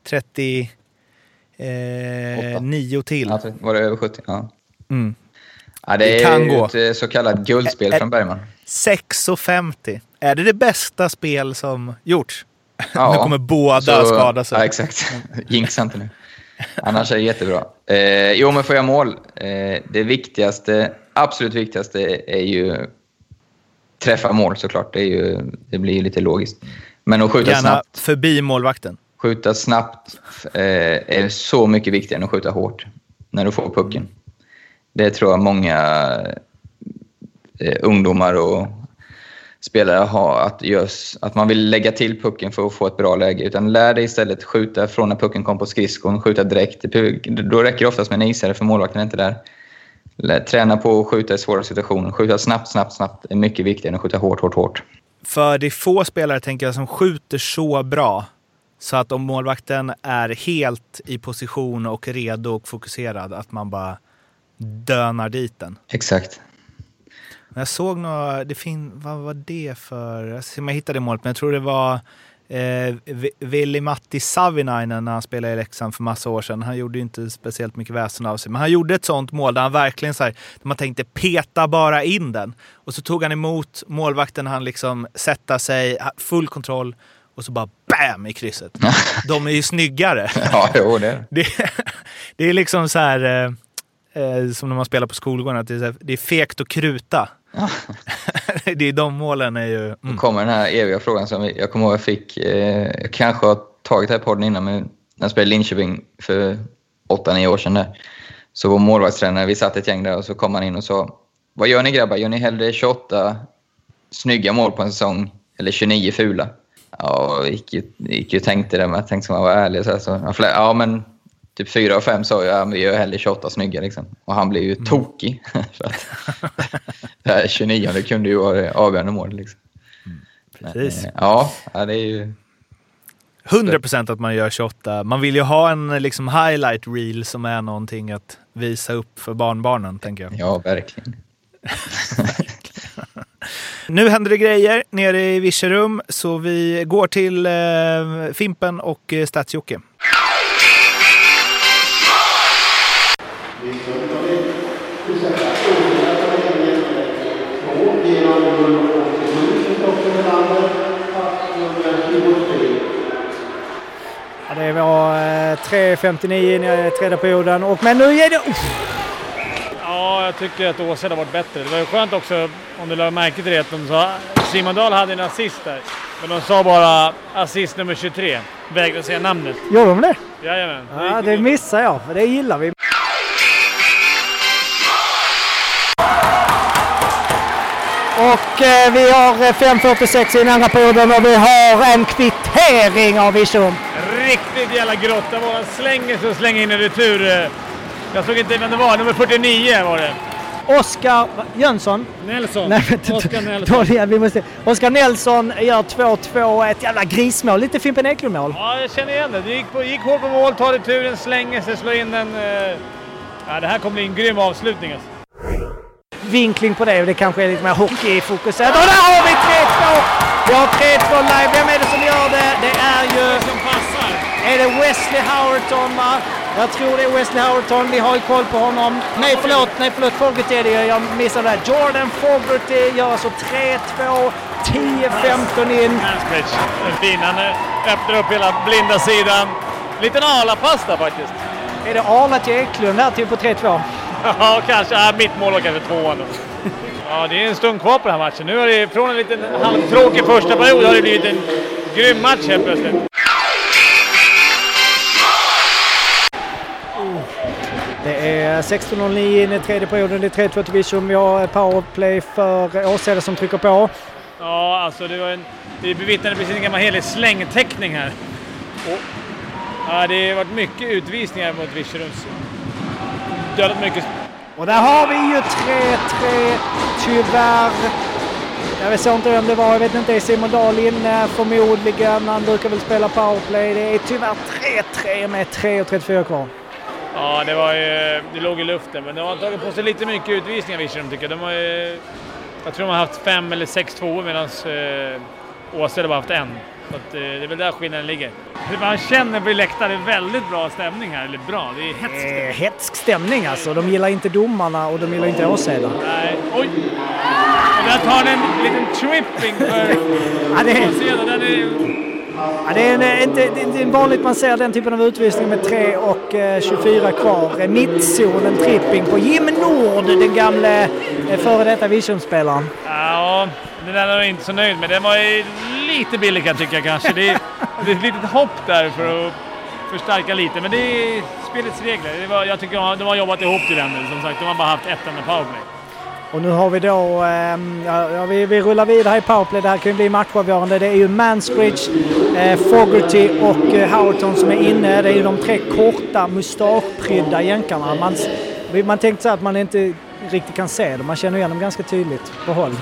Speaker 6: 39 till.
Speaker 7: Ja, var det över 70? Ja. Ja,
Speaker 6: det kan gå.
Speaker 7: Ett så kallat guldspel från Bergman.
Speaker 6: 6,50. Är det bästa spel som gjorts?
Speaker 7: Ja.
Speaker 6: Nu kommer båda skada sig.
Speaker 7: Ja, exakt. Jinxa inte nu. Annars är det jättebra. Men får jag mål. Det viktigaste, absolut viktigaste är ju träffa mål, såklart. Det blir lite logiskt. Men att skjuta
Speaker 6: gärna
Speaker 7: snabbt.
Speaker 6: Förbi målvakten.
Speaker 7: Skjuta snabbt är så mycket viktigare än att skjuta hårt när du får pucken. Det tror jag många ungdomar och spelare har, att man vill lägga till pucken för att få ett bra läge. Utan lär dig istället skjuta från när pucken kom på skridskon, skjuta direkt. Då räcker det oftast med en isare, för målvakten är inte där. Träna på att skjuta i svåra situationer. Skjuta snabbt är mycket viktigare än att skjuta hårt.
Speaker 6: För det är få spelare, tänker jag, som skjuter så bra så att om målvakten är helt i position och redo och fokuserad, att man bara dönar dit den.
Speaker 7: Exakt.
Speaker 6: Jag såg vad var det för... Jag hittade målet, men jag tror det var Veli-Matti Savinainen när han spelade i Leksand för massa år sedan. Han gjorde ju inte speciellt mycket väsen av sig, men han gjorde ett sånt mål där han verkligen så här, där man tänkte peta bara in den. Och så tog han emot målvakten, han liksom sätta sig, full kontroll, och så bara bam i krysset. De är ju snyggare.
Speaker 7: Ja, jo, det.
Speaker 6: Det är liksom så här... som när man spelar på skolgården, att det är fekt och kruta. Ja. Det är de målen är ju...
Speaker 7: Då kommer den här eviga frågan som jag kommer ihåg jag fick, kanske har tagit här podden innan, men när jag spelade i Linköping för 8-9 år sedan där, så var målvaktstränare, vi satt ett gäng där och så kom han in och sa: vad gör ni grabbar? Gör ni hellre 28 snygga mål på en säsong eller 29 fula? Ja, gick ju tänkte det, men jag tänkte som jag var ärlig. Ja, men typ 4 av 5 sa jag, vi gör hellre 28 snygga liksom. Och han blev ju tokig. För att det här 29, det kunde ju vara avgörande mål liksom.
Speaker 6: Precis.
Speaker 7: Men, ja, det är ju
Speaker 6: 100% att man gör 28. Man vill ju ha en liksom highlight reel som är någonting att visa upp för barnbarnen, tänker jag.
Speaker 7: Ja, verkligen.
Speaker 6: Nu händer det grejer nere i Virserum, så vi går till Fimpen och Stats-Jocke.
Speaker 2: Ja, det var 3.59 i tredje perioden. Men nu är det...
Speaker 8: Ja, jag tycker att Åseda har varit bättre. Det var ju skönt också, om du lade märke till det, att de sa Simon Dahl hade en assist där. Men de sa bara assist nummer 23. Vägrade säga namnet.
Speaker 2: Gjorde de det?
Speaker 8: Jajamän.
Speaker 2: Ja, det missar jag, för det gillar vi. Och vi har 5.46 i den andra perioden och vi har en kvittering av Virserum.
Speaker 8: Riktigt jävla grotta. Våran slänger in en retur. Jag såg inte vem det var. Nummer 49 var det.
Speaker 2: Oskar Jönsson.
Speaker 8: Nelson.
Speaker 2: Nej,
Speaker 8: Oskar Nelson.
Speaker 2: Oskar Nelson gör 2-2. Ett jävla grismål. Lite Fimpen Eklund-mål.
Speaker 8: Ja, jag känner igen det. Det gick hårt på mål, tar returen, slänger sig, slår in den. Ja, det här kommer bli en grym avslutning. Alltså.
Speaker 2: Vinkling på det, och det kanske är lite mer hockeyfokuserat. Och där har vi 3-2! Vi har 3-2 live. Vem är det som gör det? Det är ju...
Speaker 8: som passar.
Speaker 2: Är det Wesley Howerton, va? Jag tror det är Wesley Howerton. Vi har ju koll på honom. Nej, förlåt. Fogarty är det. Jag missade det. Jordan Fogarty gör alltså 3-2. 10-15 in.
Speaker 8: En fin. Han öppnar upp hela blinda sidan. Liten Arla-pasta faktiskt.
Speaker 2: Är det Arla till Eklund där typ på 3-2?
Speaker 8: Ja, kanske. Mitt mål var kanske 2. Ja, det är en stund kvar på den här matchen. Nu har det från en liten halvtråkig första period har det blivit en grym match helt plötsligt.
Speaker 2: Det är 16.09 in i tredje perioden. Det är 3-2 till Virserum. Vi har powerplay för Åseda som trycker på.
Speaker 8: Ja, alltså vi bevittnade precis en gammal helig slängteckning här. Och, ja, det har varit mycket utvisningar mot Virserums. Dödat mycket.
Speaker 2: Och där har vi ju 3-3 tyvärr. Jag vet inte vem det var. Jag vet inte. Är Simon Dahl inne förmodligen. Han brukar väl spela powerplay. Det är tyvärr 3-3 med 3:34 kvar.
Speaker 8: Ja, det låg i luften. Men de har tagit på sig lite mycket utvisningar, Virserum, tycker jag. Jag tror de har haft 5 eller 6 tvåor medan Åseda bara haft 1. Så att, det är väl där skillnaden ligger. Man känner på läktaren väldigt bra stämning här. Eller bra, det är hätsk stämning.
Speaker 2: Hätsk stämning alltså. De gillar inte domarna och de gillar inte Åseda.
Speaker 8: Nej, oj! Och där tar den en liten tripping för Åseda. Den är...
Speaker 2: Ja, det är vanligt man ser den typen av utvisning med 3 och 24 kvar. Mittzon, en tripping på Jim Nord, den gamla före detta Virserum-spelaren.
Speaker 8: Ja, det där är jag inte så nöjd med. Den var lite billig, kan tycka kanske. Det är ett litet hopp där för att förstärka lite, men det är spelets regler. Jag tycker de har jobbat ihop till den nu. Som sagt, de har bara haft 1 enda powerplay.
Speaker 2: Och nu har vi då, vi rullar vidare i powerplay. Det här kan ju bli matchavgörande. Det är ju Mansbridge, Fogarty och Howerton som är inne. Det är ju de 3 korta mustaschprydda jänkarna. Man tänkte så att man inte riktigt kan se dem. Man känner igen dem ganska tydligt på håll.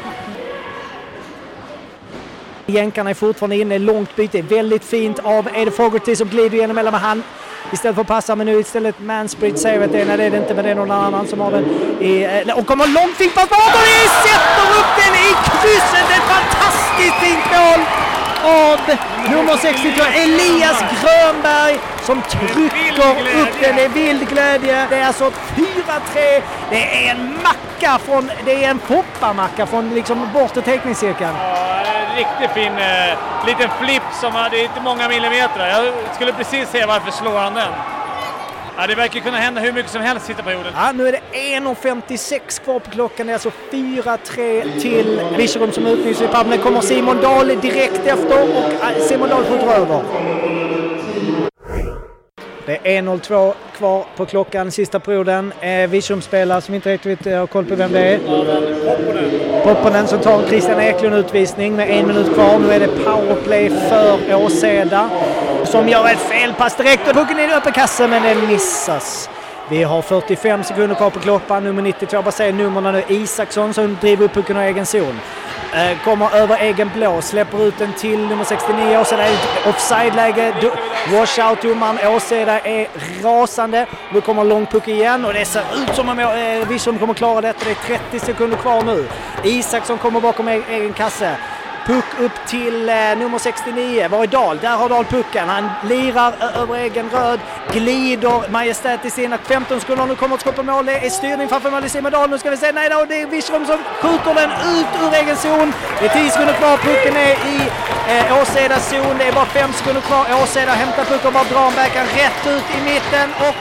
Speaker 2: Jänkarna är fortfarande inne, långt byte, väldigt fint av Ede Fogarty som glider igenom mellan med han. Istället för att passa, men nu istället Mansbridge säger att det är det inte, men det är någon annan som har den och kommer långt fint på och sätter upp den i krysset. Ett fantastiskt fint mål av nummer 62 Elias Grönberg som trycker upp den i vild glädje. Det är alltså 4-3. Det är en macka det är en foppamacka från liksom bortre teckningscirkeln.
Speaker 8: Ja, riktigt fin liten flip som det är inte många millimeter. Jag skulle precis se varför slår han den. Ja, det verkar kunna hända hur mycket som helst sitta på jorden.
Speaker 2: Ja, nu är det 1.56 kvar på klockan. Det är alltså 4-3 till Virserum som utnyttjar i pappen. Kommer Simon Dahl direkt efter och Simon Dahl skjuter över. Det är 1-0-2 kvar på klockan sista perioden. Virserum-spelare som inte riktigt har koll på vem det är. Popponen som tar Christian Eklund utvisning med 1 minut kvar. Nu är det powerplay för Åseda som gör ett felpass direkt och pucken är i öppen kasse men den missas. Vi har 45 sekunder kvar på klockan. Nummer 92, bara säger nummerna nu. Isaksson som driver upp pucken i egen zon. Kommer över egen blå, släpper ut den till nummer 69. Åseda är ett offside-läge. Washout domaren. Åseda är rasande. Nu kommer lång puck igen och det ser ut som om Virserum kommer klara detta. Det är 30 sekunder kvar nu. Isaksson kommer bakom egen kasse. Puck upp till nummer 69. Var är Dahl? Där har Dahl pucken. Han lirar över egen röd. Glider majestätiskt in. 15 sekunder. Nu kommer ett skott på mål. Det är styrning framför mål. Simon Dahl. Nu ska vi se. Nej då. Det är Virserum som skjuter den ut ur egen zon. Det är 10 sekunder kvar. Pucken är i Åsedas zon. Det är bara 5 sekunder kvar. Åseda hämtar pucken. Bara drar bäcken rätt ut i mitten. Och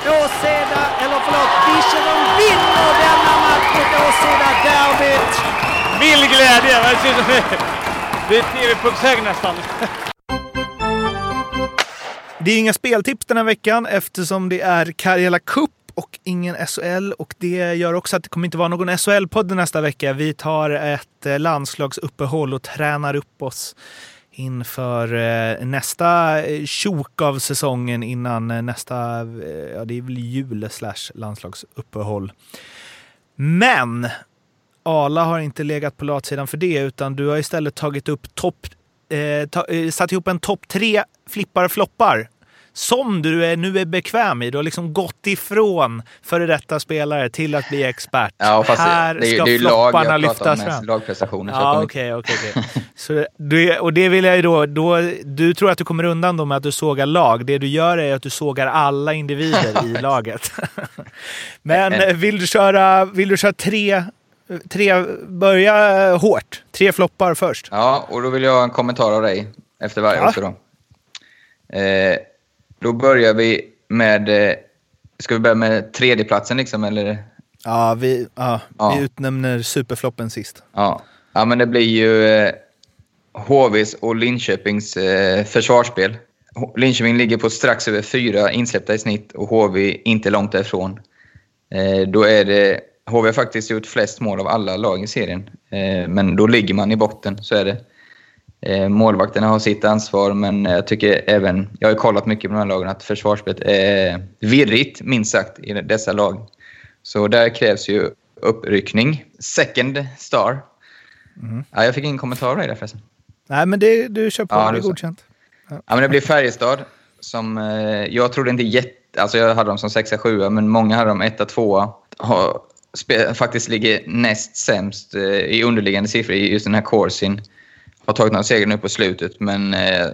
Speaker 2: Virserum vinner denna match mot Åseda derbyt.
Speaker 8: Vild glädje! Det är TV-puckshög nästan.
Speaker 6: Det är inga speltips den här veckan eftersom det är Karjala Cup och ingen SHL. Och det gör också att det kommer inte vara någon SHL-podd nästa vecka. Vi tar ett landslagsuppehåll och tränar upp oss inför nästa tjok av säsongen innan nästa, ja det är väl jul/landslagsuppehåll. Men Ala har inte legat på latsidan för det utan du har istället tagit upp satt ihop en topp 3 flippar-floppar som du nu är bekväm i. Du har liksom gått ifrån före detta spelare till att bli expert.
Speaker 7: Ja, fast
Speaker 6: här
Speaker 7: det
Speaker 6: ska
Speaker 7: är
Speaker 6: flopparna lyftas fram.
Speaker 7: Lagprestationer.
Speaker 6: Ja, okej. Så det vill jag ju då du tror att du kommer undan då med att du sågar lag. Det du gör är att du sågar alla individer i laget. Men vill du köra börja hårt. 3 floppar först.
Speaker 7: Ja, och då vill jag ha en kommentar av dig efter varje också då. Då börjar vi med... Ska vi börja med 3:e platsen liksom, eller?
Speaker 6: Ja, vi utnämner superfloppen sist.
Speaker 7: Ja, men det blir ju HVs och Linköpings försvarsspel. Linköping ligger på strax över 4 insläppta i snitt och HV inte långt därifrån. Då är det... HV har faktiskt gjort flest mål av alla lag i serien. Men då ligger man i botten, så är det. Målvakterna har sitt ansvar, men jag tycker även... Jag har kollat mycket på de här lagen att försvarsspelet är virrigt, minst sagt, i dessa lag. Så där krävs ju uppryckning. Second star. Mm. Ja, jag fick ingen kommentar av dig där förresten.
Speaker 6: Nej, men du kör på. Det är godkänt.
Speaker 7: Ja, men det blir Färjestad som... jag trodde inte alltså jag hade dem som 6-7, men många hade dem 1-2. Faktiskt ligger näst sämst i underliggande siffror i just den här Corsin. Har tagit några segrar nu på slutet, men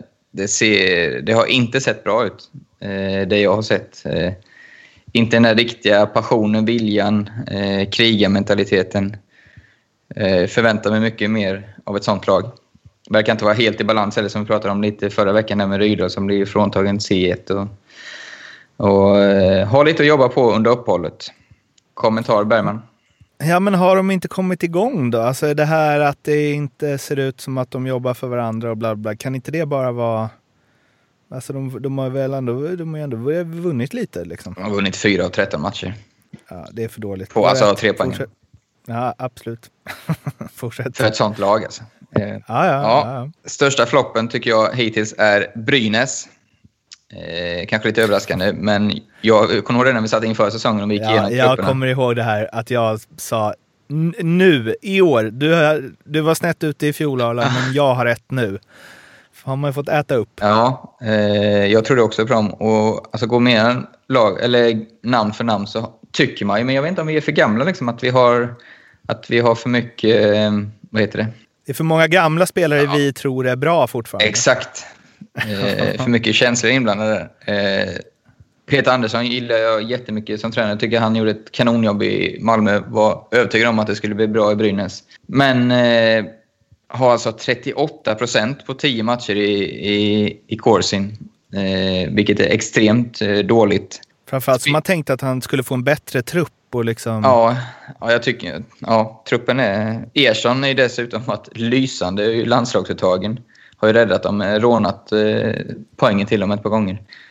Speaker 7: det har inte sett bra ut, det jag har sett. Inte den där riktiga passionen, viljan, krigarmentaliteten. Förväntar mig mycket mer av ett sånt lag. Verkar inte vara helt i balans, eller som vi pratade om lite förra veckan där med Rydal som blir fråntagen C1 och har lite att jobba på under uppehållet. Kommentar Bergman.
Speaker 6: Ja, men har de inte kommit igång då? Alltså det här att det inte ser ut som att de jobbar för varandra och bla bla. Kan inte det bara vara... Alltså de har väl ändå vunnit lite liksom. De
Speaker 7: har vunnit 4 av 13 matcher.
Speaker 6: Ja, det är för dåligt.
Speaker 7: På alltså 3 poäng.
Speaker 6: Ja, absolut. Fortsätt.
Speaker 7: För ett sånt lag alltså. Ja. Största floppen tycker jag hittills är Brynäs. Kanske lite överraskande, men jag kommer ihåg det när vi satt inför säsongen och vi gick igenom grupperna.
Speaker 6: Jag kommer ihåg det här att jag sa nu, i år, du var snett ute i fjol, men jag har rätt nu. Har man fått äta upp.
Speaker 7: Ja, jag tror det också på dem. Och alltså gå med lag, eller namn för namn, så tycker man ju, men jag vet inte om vi är för gamla liksom, att vi har för mycket, vad heter det?
Speaker 6: Det är för många gamla spelare vi tror är bra fortfarande.
Speaker 7: Exakt. För mycket känslor inblandade. Peter Andersson gillar jag jättemycket som tränare. Jag tycker han gjorde ett kanonjobb i Malmö. Var övertygad om att det skulle bli bra i Brynäs. Men har alltså 38% på 10 matcher i Corsin. Vilket är extremt dåligt.
Speaker 6: Framförallt som man tänkte att han skulle få en bättre trupp. Och liksom...
Speaker 7: Ja, jag tycker... Ja, truppen är... Ersson är dessutom varit lysande i landslagsuttagen. Har ju räddat dem, rånat poängen till dem ett par gånger.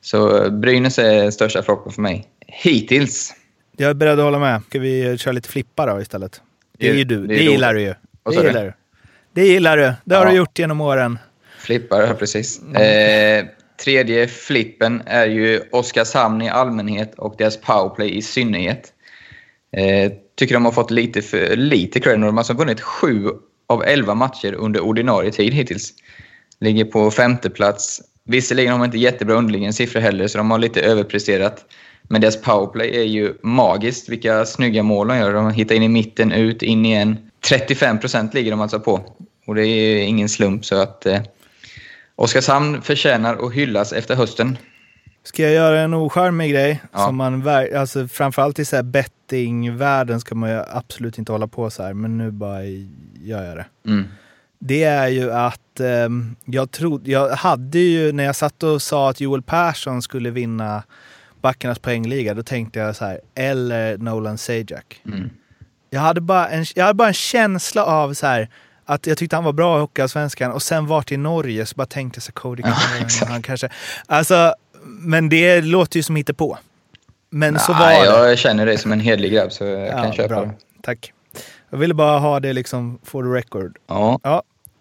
Speaker 7: Så Brynäs är största floppen för mig. Hittills.
Speaker 6: Jag är beredd att hålla med. Ska vi köra lite flippar då istället? Det är ju du. Det gillar du ju. Det gillar du. Det har du gjort genom åren.
Speaker 7: Flippar, ja, precis. Tredje flippen är ju Oskarshamn i allmänhet och deras powerplay i synnerhet. Tycker de har fått lite cred. De har alltså vunnit 7 av 11 matcher under ordinarie tid hittills. Ligger på 5:e plats. Visserligen har de inte jättebra underliggande siffror heller, så de har lite överpresterat. Men deras powerplay är ju magiskt. Vilka snygga mål de gör. De hittar in i mitten, ut, in igen. 35% ligger de alltså på. Och det är ingen slump, så att Oskarshamn förtjänar att hyllas efter hösten.
Speaker 6: Ska jag göra en ocharmig grej? Ja. Som man, alltså, framförallt i så här bettingvärlden ska man ju absolut inte hålla på så här. Men nu bara gör jag det. Det är ju att jag hade ju, när jag satt och sa att Joel Persson skulle vinna backarnas poängliga, då tänkte jag så här, eller Nolan Sajak. Jag hade bara en känsla av så här, att jag tyckte han var bra i Hockeyallsvenskan, och sen var till Norge så bara tänkte jag så Cody han kanske. Alltså, men det låter ju som hittepå. Men så var det.
Speaker 7: Jag känner det som en hedlig grabb, så jag kan köpa
Speaker 6: bra.
Speaker 7: det.
Speaker 6: Tack. Jag ville bara ha det liksom for the record.
Speaker 7: Ja.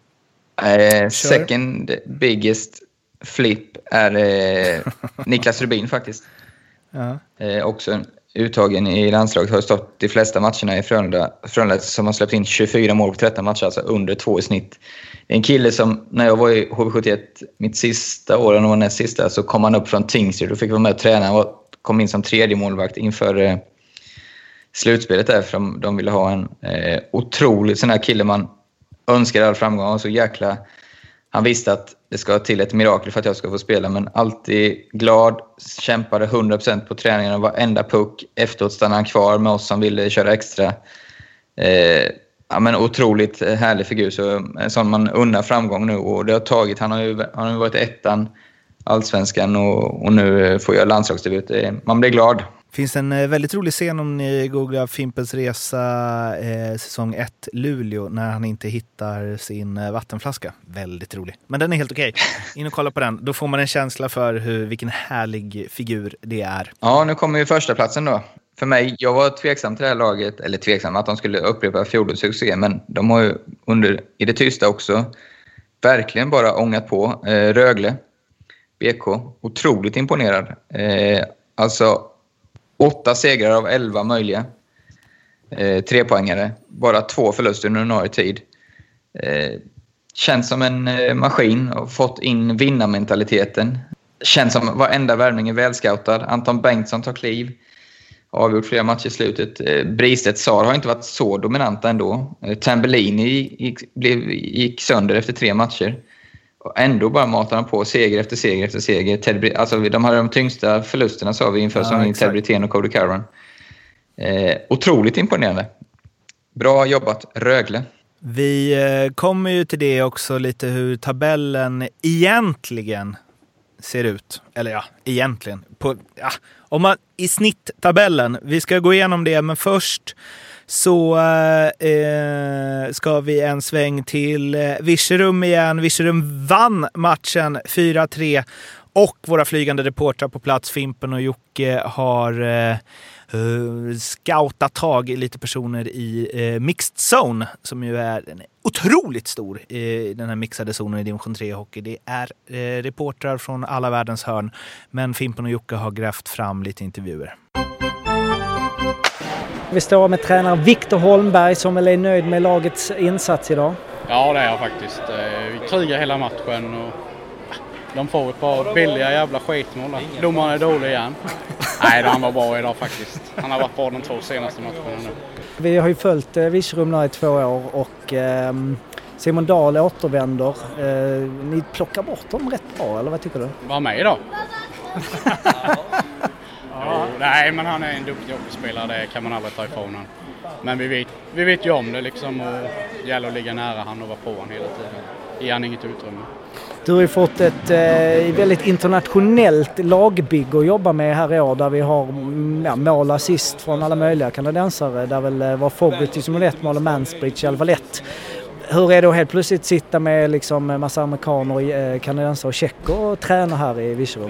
Speaker 7: Second biggest flip är Niklas Rubin faktiskt. Också uttagen i landslaget, har stått de flesta matcherna i Frölunda som har släppt in 24 mål på 13 matcher, alltså under 2 i snitt. Det är en kille som, när jag var i HV71 mitt sista år, och var näst sista, så kom han upp från Tingsryd och fick vara med och träna och kom in som 3:e målvakt inför slutspelet där, för de ville ha en otrolig sån här kille man önskar all framgång, och så jäkla. Han visste att det ska till ett mirakel för att jag ska få spela, men alltid glad, kämpade 100% på träningarna, varenda puck. Efteråt stannade han kvar med oss som ville köra extra. Men otroligt härlig figur, så en sån man unnar framgång nu, och det har tagit. Han har ju varit ettan allsvenskan och nu får jag landslagsdebut. Man blir glad.
Speaker 6: Finns en väldigt rolig scen om ni googlar Fimpens Resa säsong 1 Luleå, när han inte hittar sin vattenflaska. Väldigt rolig. Men den är helt okej. In och kolla på den. Då får man en känsla för vilken härlig figur det är.
Speaker 7: Ja, nu kommer ju första platsen då. För mig, jag var tveksam till det här laget, eller tveksam att de skulle upprepa fjolårets succé, men de har ju i det tysta också verkligen bara ångat på. Rögle, BK, otroligt imponerad. Alltså 8 segrar av 11 möjliga. 3-poängare. Bara 2 förluster under ordinarie tid. Känns som en maskin och fått in vinnarmentaliteten. Känns som varenda värvning är välscoutad. Anton Bengtsson tar kliv. Avgjort flera matcher i slutet. Bristedt Sar har inte varit så dominanta ändå. Tambellini gick sönder efter 3 matcher. Och ändå bara matar han på seger efter seger efter seger. Alltså, de hade de tyngsta förlusterna, sa vi inför, som Ted Brithén och Cody Caron. Otroligt imponerande. Bra jobbat, Rögle.
Speaker 6: Vi kommer ju till det också, lite hur tabellen egentligen ser ut. Eller egentligen. Om man i snitttabellen. Vi ska gå igenom det, men först så ska vi en sväng till Virserum igen. Virserum vann matchen 4-3, och våra flygande reportrar på plats, Fimpen och Jocke, har scoutat tag i lite personer i Mixed Zone, som ju är en otroligt stor i den här mixade zonen i division 3 hockey. Det är reportrar från alla världens hörn, men Fimpen och Jocke har grävt fram lite intervjuer.
Speaker 2: Vi står med tränare Viktor Holmberg, som väl är nöjd med lagets insats idag.
Speaker 1: Ja, det är jag faktiskt. Vi krigar hela matchen och de får ett par billiga jävla skitmål. Domaren är dålig igen. Nej, han var bra idag faktiskt. Han har varit bra de 2 senaste matcherna nu. Vi
Speaker 2: har ju följt Virserum i 2 år, och Simon Dahl återvänder. Ni plockar bort dem rätt bra, eller vad tycker du?
Speaker 1: Var med idag. Nej, men han är en duktig hockeyspelare, det kan man aldrig ta ifrån honom. Men vi vet ju om det liksom, och det gäller att ligga nära han och vara på han hela tiden. Ge han inget utrymme.
Speaker 2: Du har ju fått ett väldigt internationellt lagbygge att jobba med här i år, där vi har mål assist från alla möjliga kanadensare, där väl var Fogarty som 1 mål och Mansbridge i Valett. Hur är det att helt plötsligt sitta med liksom massa amerikaner, kanadensare och tjecker och träna här i Virserum?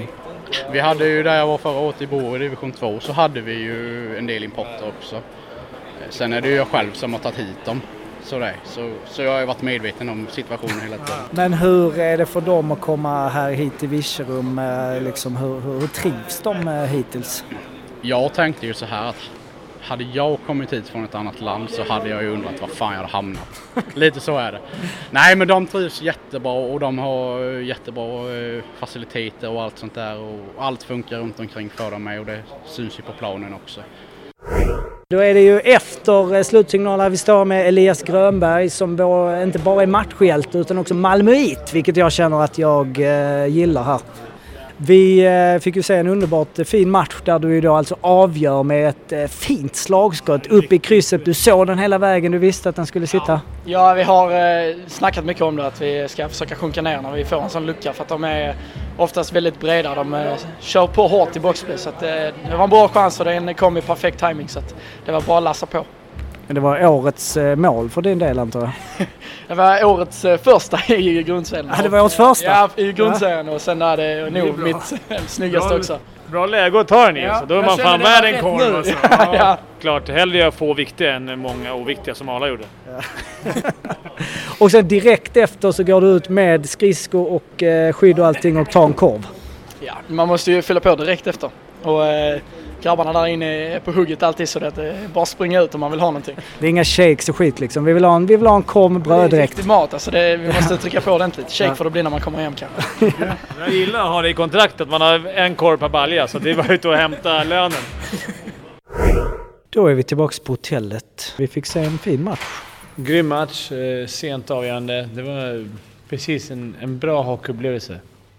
Speaker 1: Vi hade ju, där jag var förra året i Bo i division 2, så hade vi ju en del importer också. Sen är det ju jag själv som har tagit hit dem. Så jag har ju varit medveten om situationen hela tiden.
Speaker 2: Men hur är det för dem att komma här hit till Virserum? Liksom, hur trivs de hittills?
Speaker 1: Jag tänkte ju så här att hade jag kommit hit från ett annat land så hade jag ju undrat var fan jag hade hamnat. Lite så är det. Nej, men de trivs jättebra och de har jättebra faciliteter och allt sånt där. Och allt funkar runt omkring för dem med och det syns ju på planen också.
Speaker 2: Då är det ju efter slutsignaler vi står med Elias Grönberg som inte bara är matchhjälte utan också malmöit, vilket jag känner att jag gillar här. Vi fick ju se en underbart fin match där du idag alltså avgör med ett fint slagskott upp i krysset. Du såg den hela vägen, du visste att den skulle sitta.
Speaker 11: Ja, vi har snackat mycket om det, att vi ska försöka sjunka ner när vi får en sån lucka för att de är oftast väldigt breda. De kör på hårt i boxplay så att det var en bra chans och den kom i perfekt timing så att det var bara att lassa på.
Speaker 2: Det var årets mål för din del, antar jag?
Speaker 11: Det var årets första i grundserien.
Speaker 2: Ja, det var årets första?
Speaker 11: Ja, i grundserien och sen är det nog mitt snyggaste också.
Speaker 8: Bra läge att ta den i, så då är man fan värd en korv. Alltså.
Speaker 11: Ja.
Speaker 8: Klart, hellre jag få viktiga än många oviktiga som alla gjorde.
Speaker 2: Ja. Och sen direkt efter så går du ut med skridsko och skydd och allting och tar en korv.
Speaker 11: Ja, man måste ju fylla på direkt efter. Och grabbarna där inne är på hugget alltid så att det bara springa ut om man vill ha någonting.
Speaker 2: Det är inga shakes och skit liksom. Vi vill ha en korv med bröd direkt.
Speaker 11: Det är riktig mat, alltså vi måste trycka på ordentligt. Shake får det bli när man kommer hem kanske.
Speaker 8: Jag gillar att ha det i kontrakt att man har en korv per balja, så det är bara ut och hämta lönen.
Speaker 2: Då är vi tillbaka på hotellet. Vi fick se en fin match.
Speaker 8: Grym match, sent avgörande. Det var precis en bra hockeyupplevelse.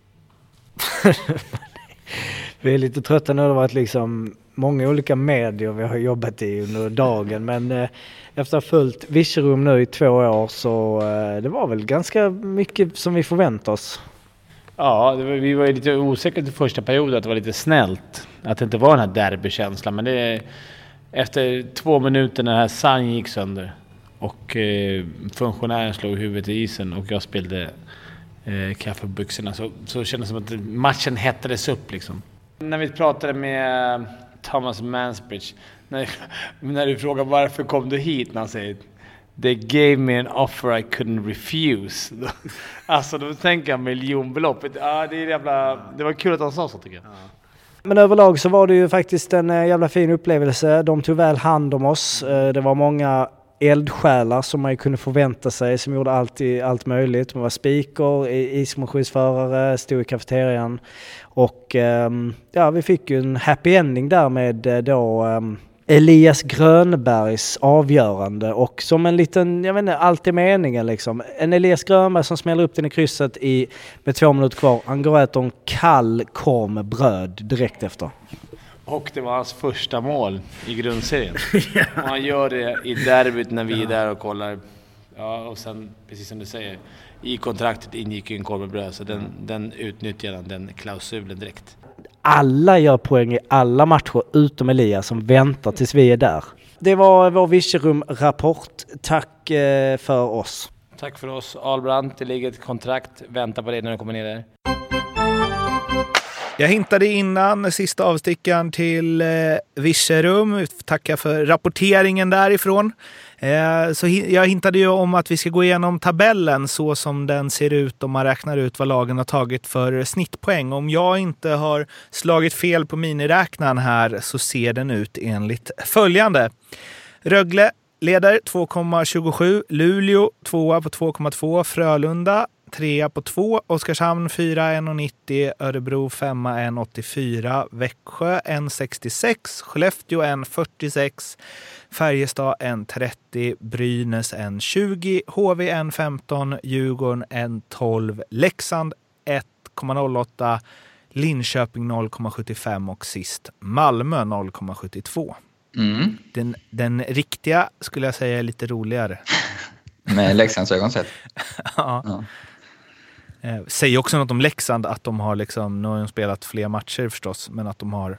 Speaker 2: Vi är lite trötta nu. Det har varit liksom många olika medier vi har jobbat i under dagen. Men efter att ha följt Virserum nu i 2 år så det var väl ganska mycket som vi förväntade oss.
Speaker 8: Ja, vi var lite osäkra till första perioden att det var lite snällt. Att det inte var den här derbykänslan. Men efter 2 minuter när det här San gick sönder och funktionären slog huvudet i isen och jag spelade kaffebyxorna så kändes det som att matchen hettades upp liksom. När vi pratade med Thomas Mansbridge när du frågar varför kom du hit, när han säger they gave me an offer I couldn't refuse. Alltså då tänker jag miljonbeloppet. Ja, det var kul att han sa så, tycker jag. Ja.
Speaker 2: Men överlag så var det ju faktiskt en jävla fin upplevelse. De tog väl hand om oss. Det var många eldsjälar som man kunde förvänta sig som gjorde allt möjligt. Man var speaker, ismotionsförare, stod i kafeterian och vi fick ju en happy ending där med då Elias Grönbergs avgörande och som en liten, jag vet inte, allt är meningen liksom. En Elias Grönberg som smäller upp den i krysset med 2 minuter kvar. Han går och äter en kall korv med bröd direkt efter.
Speaker 8: Och det var hans första mål i grundserien. Och han gör det i derbyt när vi är där och kollar. Ja, och sen, precis som du säger, i kontraktet ingick ju en korv med bröd. Så den utnyttjar den klausulen direkt.
Speaker 2: Alla gör poäng i alla matcher utom Elias som väntar tills vi är där. Det var vår Virserum-rapport. Tack för oss.
Speaker 8: Tack för oss. Albrandt, det ligger ett kontrakt. Vänta på det när du kommer ner där.
Speaker 6: Jag hintade innan sista avstickaren till Virserum. Tacka för rapporteringen därifrån. Så jag hintade ju om att vi ska gå igenom tabellen så som den ser ut om man räknar ut vad lagen har tagit för snittpoäng. Om jag inte har slagit fel på miniräknaren här så ser den ut enligt följande. Rögle leder 2,27, Luleå 2 på 2,2, Frölunda 3 på 2, Oskarshamn 4, 1,90, Örebro 5, 1,84, Växjö 1,66, Skellefteå 1,46, Färjestad 1,30, Brynäs 1,20, HV 1,15, Djurgården 1,12, Leksand 1,08, Linköping 0,75 och sist Malmö 0,72. Den riktiga skulle jag säga är lite roligare.
Speaker 7: Med Leksands ögon sett.
Speaker 6: Ja. Säger också något om Leksand att de har liksom, nu har de spelat fler matcher förstås, men att de har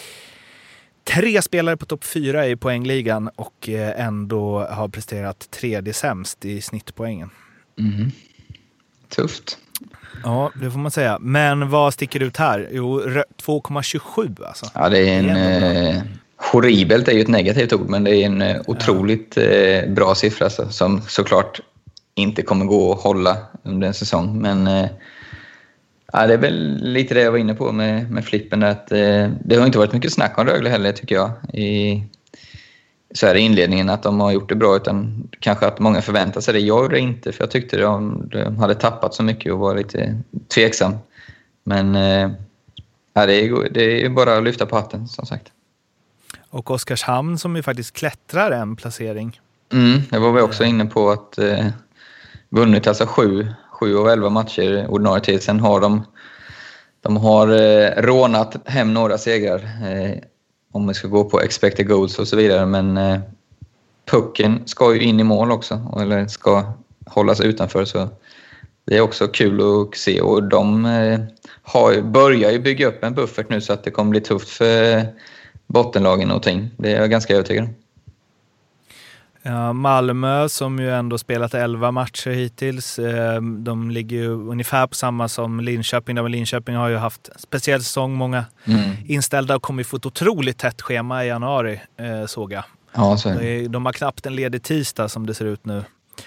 Speaker 6: 3 spelare på topp 4 i poängligan och ändå har presterat 3:e sämst i snittpoängen.
Speaker 7: Tufft.
Speaker 6: Ja, det får man säga. Men vad sticker ut här? Jo, 2,27 alltså.
Speaker 7: Ja, det är en... horribelt är ju ett negativt ord, men det är en otroligt bra siffra som såklart inte kommer gå att hålla under en säsong. Men det är väl lite det jag var inne på med Flippen. Att, det har inte varit mycket snack om Rögle heller, tycker jag. Så är det inledningen att de har gjort det bra, utan kanske att många förväntar sig det. Jag gjorde det inte, för jag tyckte de hade tappat så mycket och var lite tveksam. Men det är bara att lyfta på hatten, som sagt.
Speaker 6: Och Oskarshamn som ju faktiskt klättrar en placering.
Speaker 7: Det var vi också inne på, att vunnit alltså 7 av 11 matcher ordinarie tid. Sen har de har rånat hem några segrar, om vi ska gå på expected goals och så vidare. Men pucken ska ju in i mål också, eller ska hållas utanför, så det är också kul att se. Och de börjar ju bygga upp en buffert nu, så att det kommer bli tufft för bottenlagen och ting. Det är jag ganska övertygad om.
Speaker 6: Ja, Malmö som ju ändå spelat 11 matcher hittills. De ligger ju ungefär på samma som Linköping. Där Linköping har ju haft speciell säsong. Många inställda och kommer få ett otroligt tätt schema i januari, såg jag.
Speaker 7: Ja, så är det.
Speaker 6: De har knappt en ledig tisdag som det ser ut nu.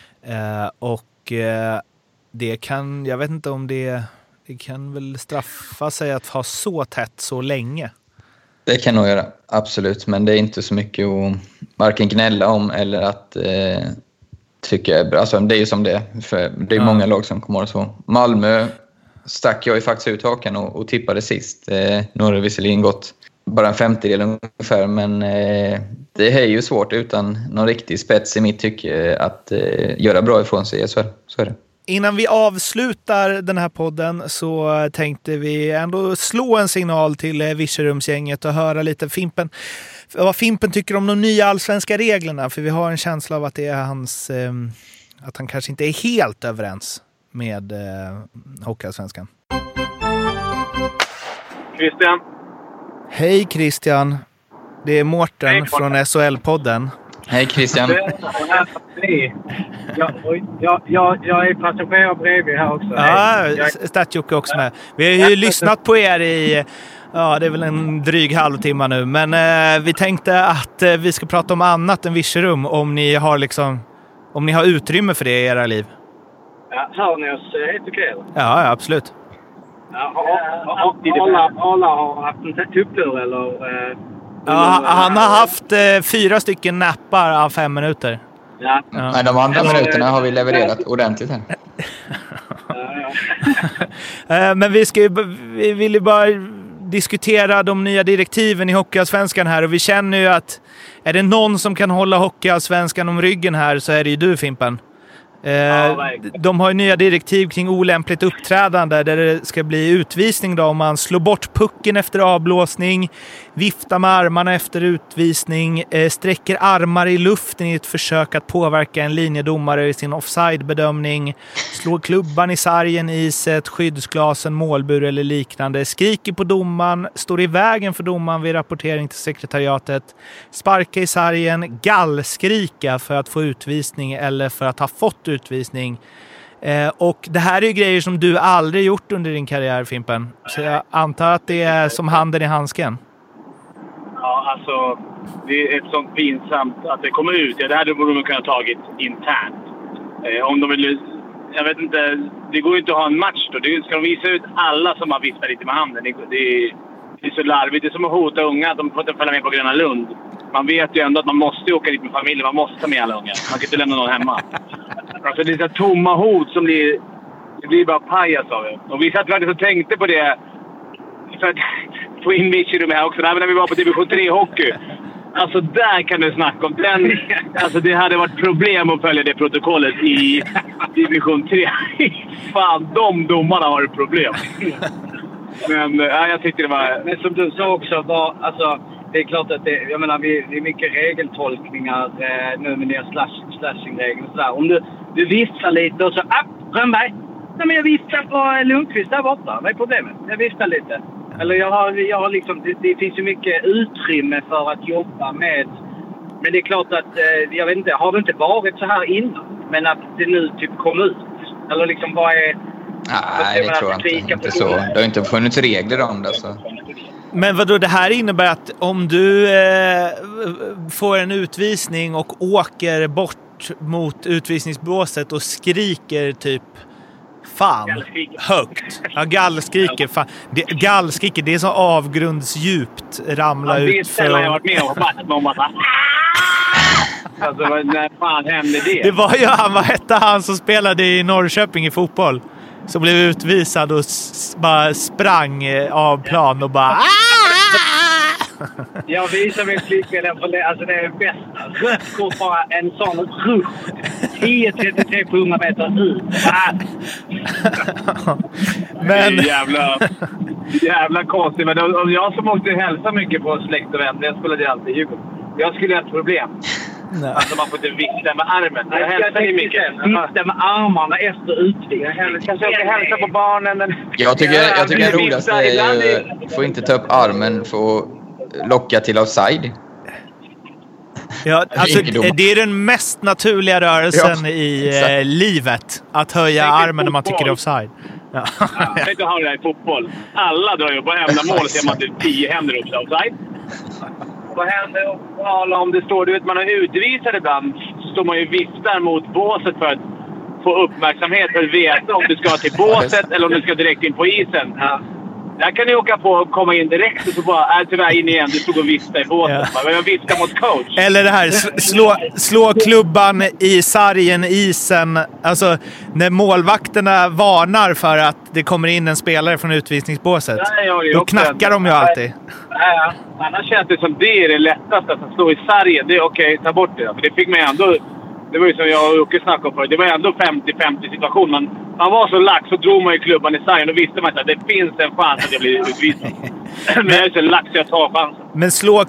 Speaker 6: Det kan, jag vet inte om det kan väl straffa sig att ha så tätt så länge.
Speaker 7: Det kan nog göra, absolut. Men det är inte så mycket att varken gnälla om eller att tycka. Alltså, det är ju som det är. För det är många lag som kommer att så. Malmö stack jag ju faktiskt ut hakan och tippade sist. Nu har det visserligen gått bara en 50-del ungefär. Men det är ju svårt utan någon riktig spets i mitt tycke att göra bra ifrån sig. Så är det.
Speaker 6: Innan vi avslutar den här podden så tänkte vi ändå slå en signal till Virserumsgänget och höra lite vad Fimpen tycker om de nya allsvenska reglerna. För vi har en känsla av att det är att han kanske inte är helt överens med Hockeyallsvenskan.
Speaker 12: Christian.
Speaker 6: Hej Christian. Det är Mårten från SHL-podden.
Speaker 7: Hej Christian.
Speaker 12: Jag är passagerare bredvid här också.
Speaker 6: Ja, Statjocke också med. Vi har ju lyssnat på er i, det är väl en dryg halvtimme nu. Men vi tänkte att vi ska prata om annat än Virserum om ni har utrymme för det i era liv.
Speaker 12: Ja, hör ni oss helt okej eller?
Speaker 6: Ja, absolut.
Speaker 12: Alla har haft en tupplur eller...
Speaker 6: Ja, han har haft 4 stycken nappar av 5 minuter.
Speaker 12: Ja.
Speaker 7: Men de andra minuterna har vi levererat ordentligt här.
Speaker 6: Men vi vill ju bara diskutera de nya direktiven i Hockeyallsvenskan här. Och vi känner ju att är det någon som kan hålla Hockeyallsvenskan om ryggen här så är det ju du, Fimpen. De har ju nya direktiv kring olämpligt uppträdande där det ska bli utvisning då om man slår bort pucken efter avblåsning, viftar med armarna efter utvisning, sträcker armar i luften i ett försök att påverka en linjedomare i sin offside-bedömning, slår klubban i sargen, iset, skyddsglasen, målbur eller liknande, skriker på domaren, står i vägen för domaren vid rapportering till sekretariatet, sparka i sargen, gallskrika för att få utvisning eller för att ha fått utvisning. Och det här är ju grejer som du aldrig gjort under din karriär, Fimpen. Så jag antar att det är som handen i handsken.
Speaker 12: Ja, alltså det är ett sånt pinsamt att det kommer ut. Ja, det här borde de kunna ha tagit internt. Om de vill, jag vet inte, det går ju inte att ha en match då. Ska de visa ut alla som har viftat lite med handen? Det är så larvigt. Det är som att hota unga att de får inte följa med på Gröna Lund. Man vet ju ändå att man måste åka dit med familjen. Man måste ta med alla unga. Man kan inte lämna någon hemma. Alltså det är så tomma hot som blir bara pajas av det. Och vi satt faktiskt och tänkte på det för att få in Virserum här också. Även när vi var på division 3-hockey. Alltså där kan du snacka om den. Alltså det hade varit problem att följa det protokollet i division 3. Fan, de domarna har ett problem. Men jag tyckte det var...
Speaker 13: Men som du sa också, alltså, det är klart att det är mycket regeltolkningar nu med nya slashing-regler och sådär. Om du viftar lite och så... Rönnberg! Nej, men jag viftar på Lundqvist där borta. Vad är problemet? Jag viftar lite. Eller jag har liksom... Det finns ju mycket utrymme för att jobba med... Men det är klart att... jag vet inte, har det inte varit så här innan? Men att det nu typ kom ut? Eller liksom, vad är
Speaker 7: Nej, det tror jag inte så. Det har inte funnits regler om det. Så.
Speaker 6: Men vadå, det här innebär att om du får en utvisning och åker bort mot utvisningsbåset och skriker typ fan högt. Ja, gallskriker. Fan. Gallskriker, det är så avgrundsdjupt ramla ut.
Speaker 12: Det ställer jag varit med om att alltså, när fan hände det?
Speaker 6: Det var ju vad hette han som spelade i Norrköping i fotboll? Som blev utvisad och bara sprang av plan och bara
Speaker 13: Jag visar min flickvän, alltså det är bästa. Rött bara en sån rush. 10-33 på 100 meter ut.
Speaker 6: Men
Speaker 12: jävla konstigt. Men om jag som måste hälsa mycket på släkt och vänner, jag skulle det alltid Djurgården. Jag skulle ha ett problem.
Speaker 6: Nej.
Speaker 12: Alltså man får inte vifta med armen. Jag hälsar ju mycket.
Speaker 13: Vifta med armarna efter utvisning.
Speaker 12: Kanske jag ska hälsa på barnen.
Speaker 7: Jag tycker det roligaste är ju får inte ta upp armen för att locka till offside.
Speaker 6: Ja, alltså, det är den mest naturliga rörelsen i livet. Att höja armen när man tycker det är offside. Ja.
Speaker 12: Tänk att ha det här i fotboll. Alla drar ju på ändamål ser man att det är 10 händer upp offside. Vad händer om det står, du vet man har utvisat ibland, så står man ju viftar mot båset för att få uppmärksamhet för att veta om du ska till båset eller om du ska direkt in på isen. Ja. Där kan ni åka på och komma in direkt och så bara tyvärr in igen, du stod och viftade i båset. Ja. Jag viftar mot coach.
Speaker 6: Eller det här, slå klubban i sargen, isen. Alltså, när målvakterna varnar för att det kommer in en spelare från utvisningsbåset. Då knackar de ju alltid.
Speaker 12: Ja, annars känns det som det är det lättaste att slå i sargen. Det är okej, ta bort det. För det fick mig ändå... Det var ju som jag och Jocke snackade om förut. Det var ändå 50-50 situation. Man var så lax så drog man i klubban i sargen och visste man att det finns en chans att jag blir utvisad. Men jag är så lax så jag tar chansen.
Speaker 6: Men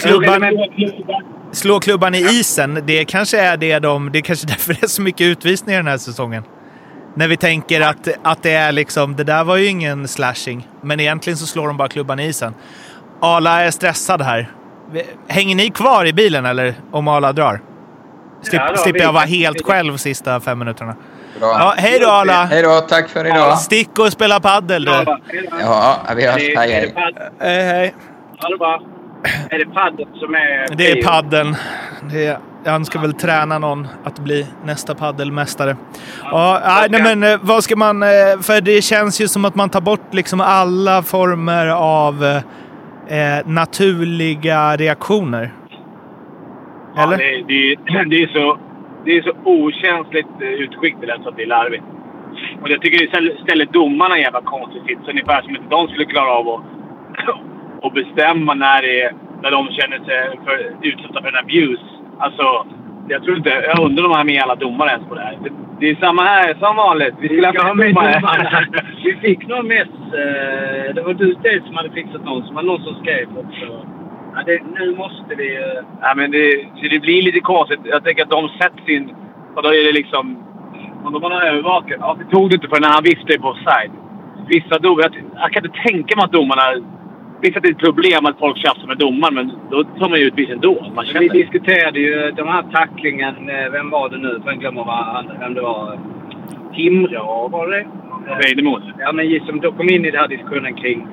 Speaker 6: slå klubban i isen, det kanske är det är kanske därför det är så mycket utvisningar den här säsongen. När vi tänker att det är liksom, det där var ju ingen slashing. Men egentligen så slår de bara klubban i isen. Ala är stressad här. Hänger ni kvar i bilen eller om Ala drar? Slipper jag vara helt själv sista 5 minuterna.
Speaker 7: Bra.
Speaker 6: Ja, hej då Ala.
Speaker 7: Hej då, tack för idag.
Speaker 6: Stick och spela paddel du.
Speaker 7: Ja, vi hörs. Hej.
Speaker 6: Hej.
Speaker 12: Är det paddel som är...
Speaker 6: Det är paddeln. Jag ska väl träna någon att bli nästa paddelmästare. Ja, nej, men vad ska man... För det känns ju som att man tar bort liksom alla former av naturliga reaktioner. Eller?
Speaker 12: Ja, det är så okänsligt utskick det där så att det är larvigt. Och jag tycker det ställer domarna jävla konstigt sitt. Så ungefär som inte de skulle klara av att bestämma när de känner sig utsatta för en abuse. Alltså, jag undrar om de har med alla domare ens på det här. Det är samma här som vanligt. Vi skulle ha med domare.
Speaker 13: Vi fick någon mess. Det var du som hade fixat någon. Som var någon som skrev också. Ja, nu måste vi...
Speaker 12: Ja, men det blir lite konstigt. Jag tänker att de sätts in... Och då är det liksom... Om de har övervakat... Ja, det tog det inte för när han viftade på offside. Vissa domare... Jag kan inte tänka mig att domarna... Visst att det är ett problem att folk tjafsar med domaren, men då tar man ju utvis ändå.
Speaker 13: Vi diskuterade ju den här tacklingen... Vem var det nu? För jag glömmer vem det var. Timrå var det? Ja, men som då kom in i den här diskussionen kring...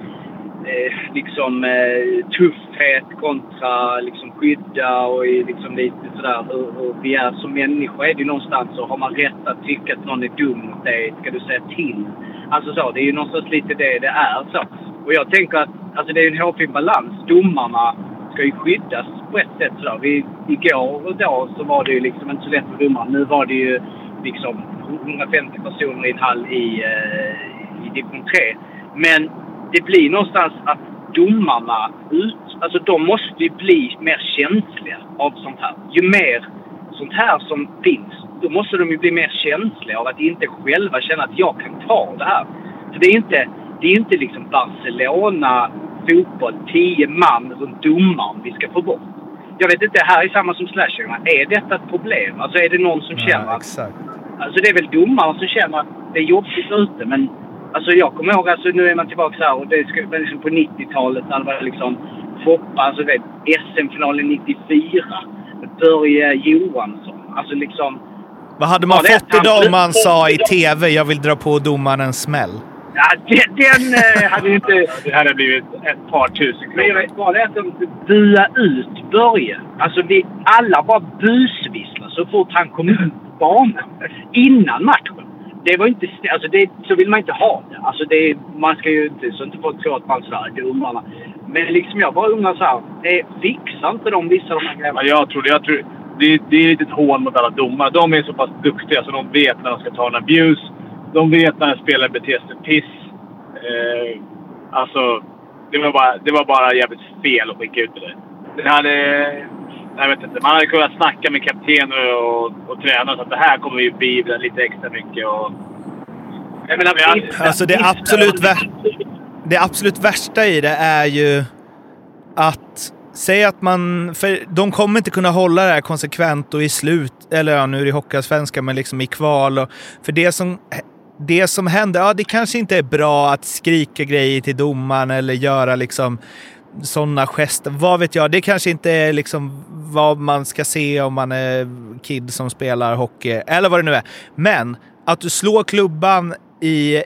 Speaker 13: tuffhet kontra liksom skydda och liksom lite sådär hur vi är som människor. Är det någonstans så har man rätt att tycka att någon är dum mot dig, ska du säga till. Alltså så, det är ju någonstans lite det är så. Och jag tänker att alltså det är en hårfin balans. Domarna ska ju skyddas på ett sätt sådär. Igår och då så var det ju liksom inte så lätt för domaren. Nu var det ju liksom 150 personer i en hall i division 3. Men det blir någonstans att domarna alltså de måste ju bli mer känsliga av sånt här. Ju mer sånt här som finns, då måste de ju bli mer känsliga av att inte själva känna att jag kan ta det här. För det är inte liksom Barcelona fotboll, 10 man runt domaren vi ska få bort. Jag vet inte, det här är samma som slashingarna. Är detta ett problem? Alltså är det någon som känner
Speaker 6: exakt.
Speaker 13: Alltså det är väl domaren som känner att det är jobbigt ute, men alltså jag kommer ihåg, alltså nu är man tillbaka så här och det ska liksom på 90-talet när det var liksom Foppa, alltså vet SM-finalen 94, Börje Johansson, alltså liksom...
Speaker 6: Vad hade man fått idag om man sa i tv, jag vill dra på domaren en smäll?
Speaker 13: Ja, den hade ju inte...
Speaker 12: Det hade blivit ett par tusen kronor.
Speaker 13: Men jag vet bara det att de buade ut Börje. Alltså vi alla bara busvisslar så fort han kom ut på banan innan matchen. Det var inte... Alltså så vill man inte ha det. Alltså man ska ju inte... Så inte folk tror att man sådär domarna. Men liksom jag bara undrar så här. Fixar inte de vissa de här grejerna?
Speaker 12: Ja, jag tror det är lite ett hån mot alla domare. De är så pass duktiga så de vet när de ska ta en abuse. De vet när en spelare beter sig piss. Alltså, det var bara jävligt fel att skicka ut det. Jag vet inte, man hade kunnat snacka med kapten och tränare så att det här kommer ju beivra lite extra mycket.
Speaker 6: Alltså det absolut värsta i det är ju att säga att för de kommer inte kunna hålla det här konsekvent och i slut, eller ja, nu är det Hockeyallsvenskan men liksom i kval. För det som händer, det kanske inte är bra att skrika grejer till domaren eller göra liksom sådana gester. Vad vet jag, det kanske inte är liksom vad man ska se om man är kid som spelar hockey eller vad det nu är. Men att du slår klubban i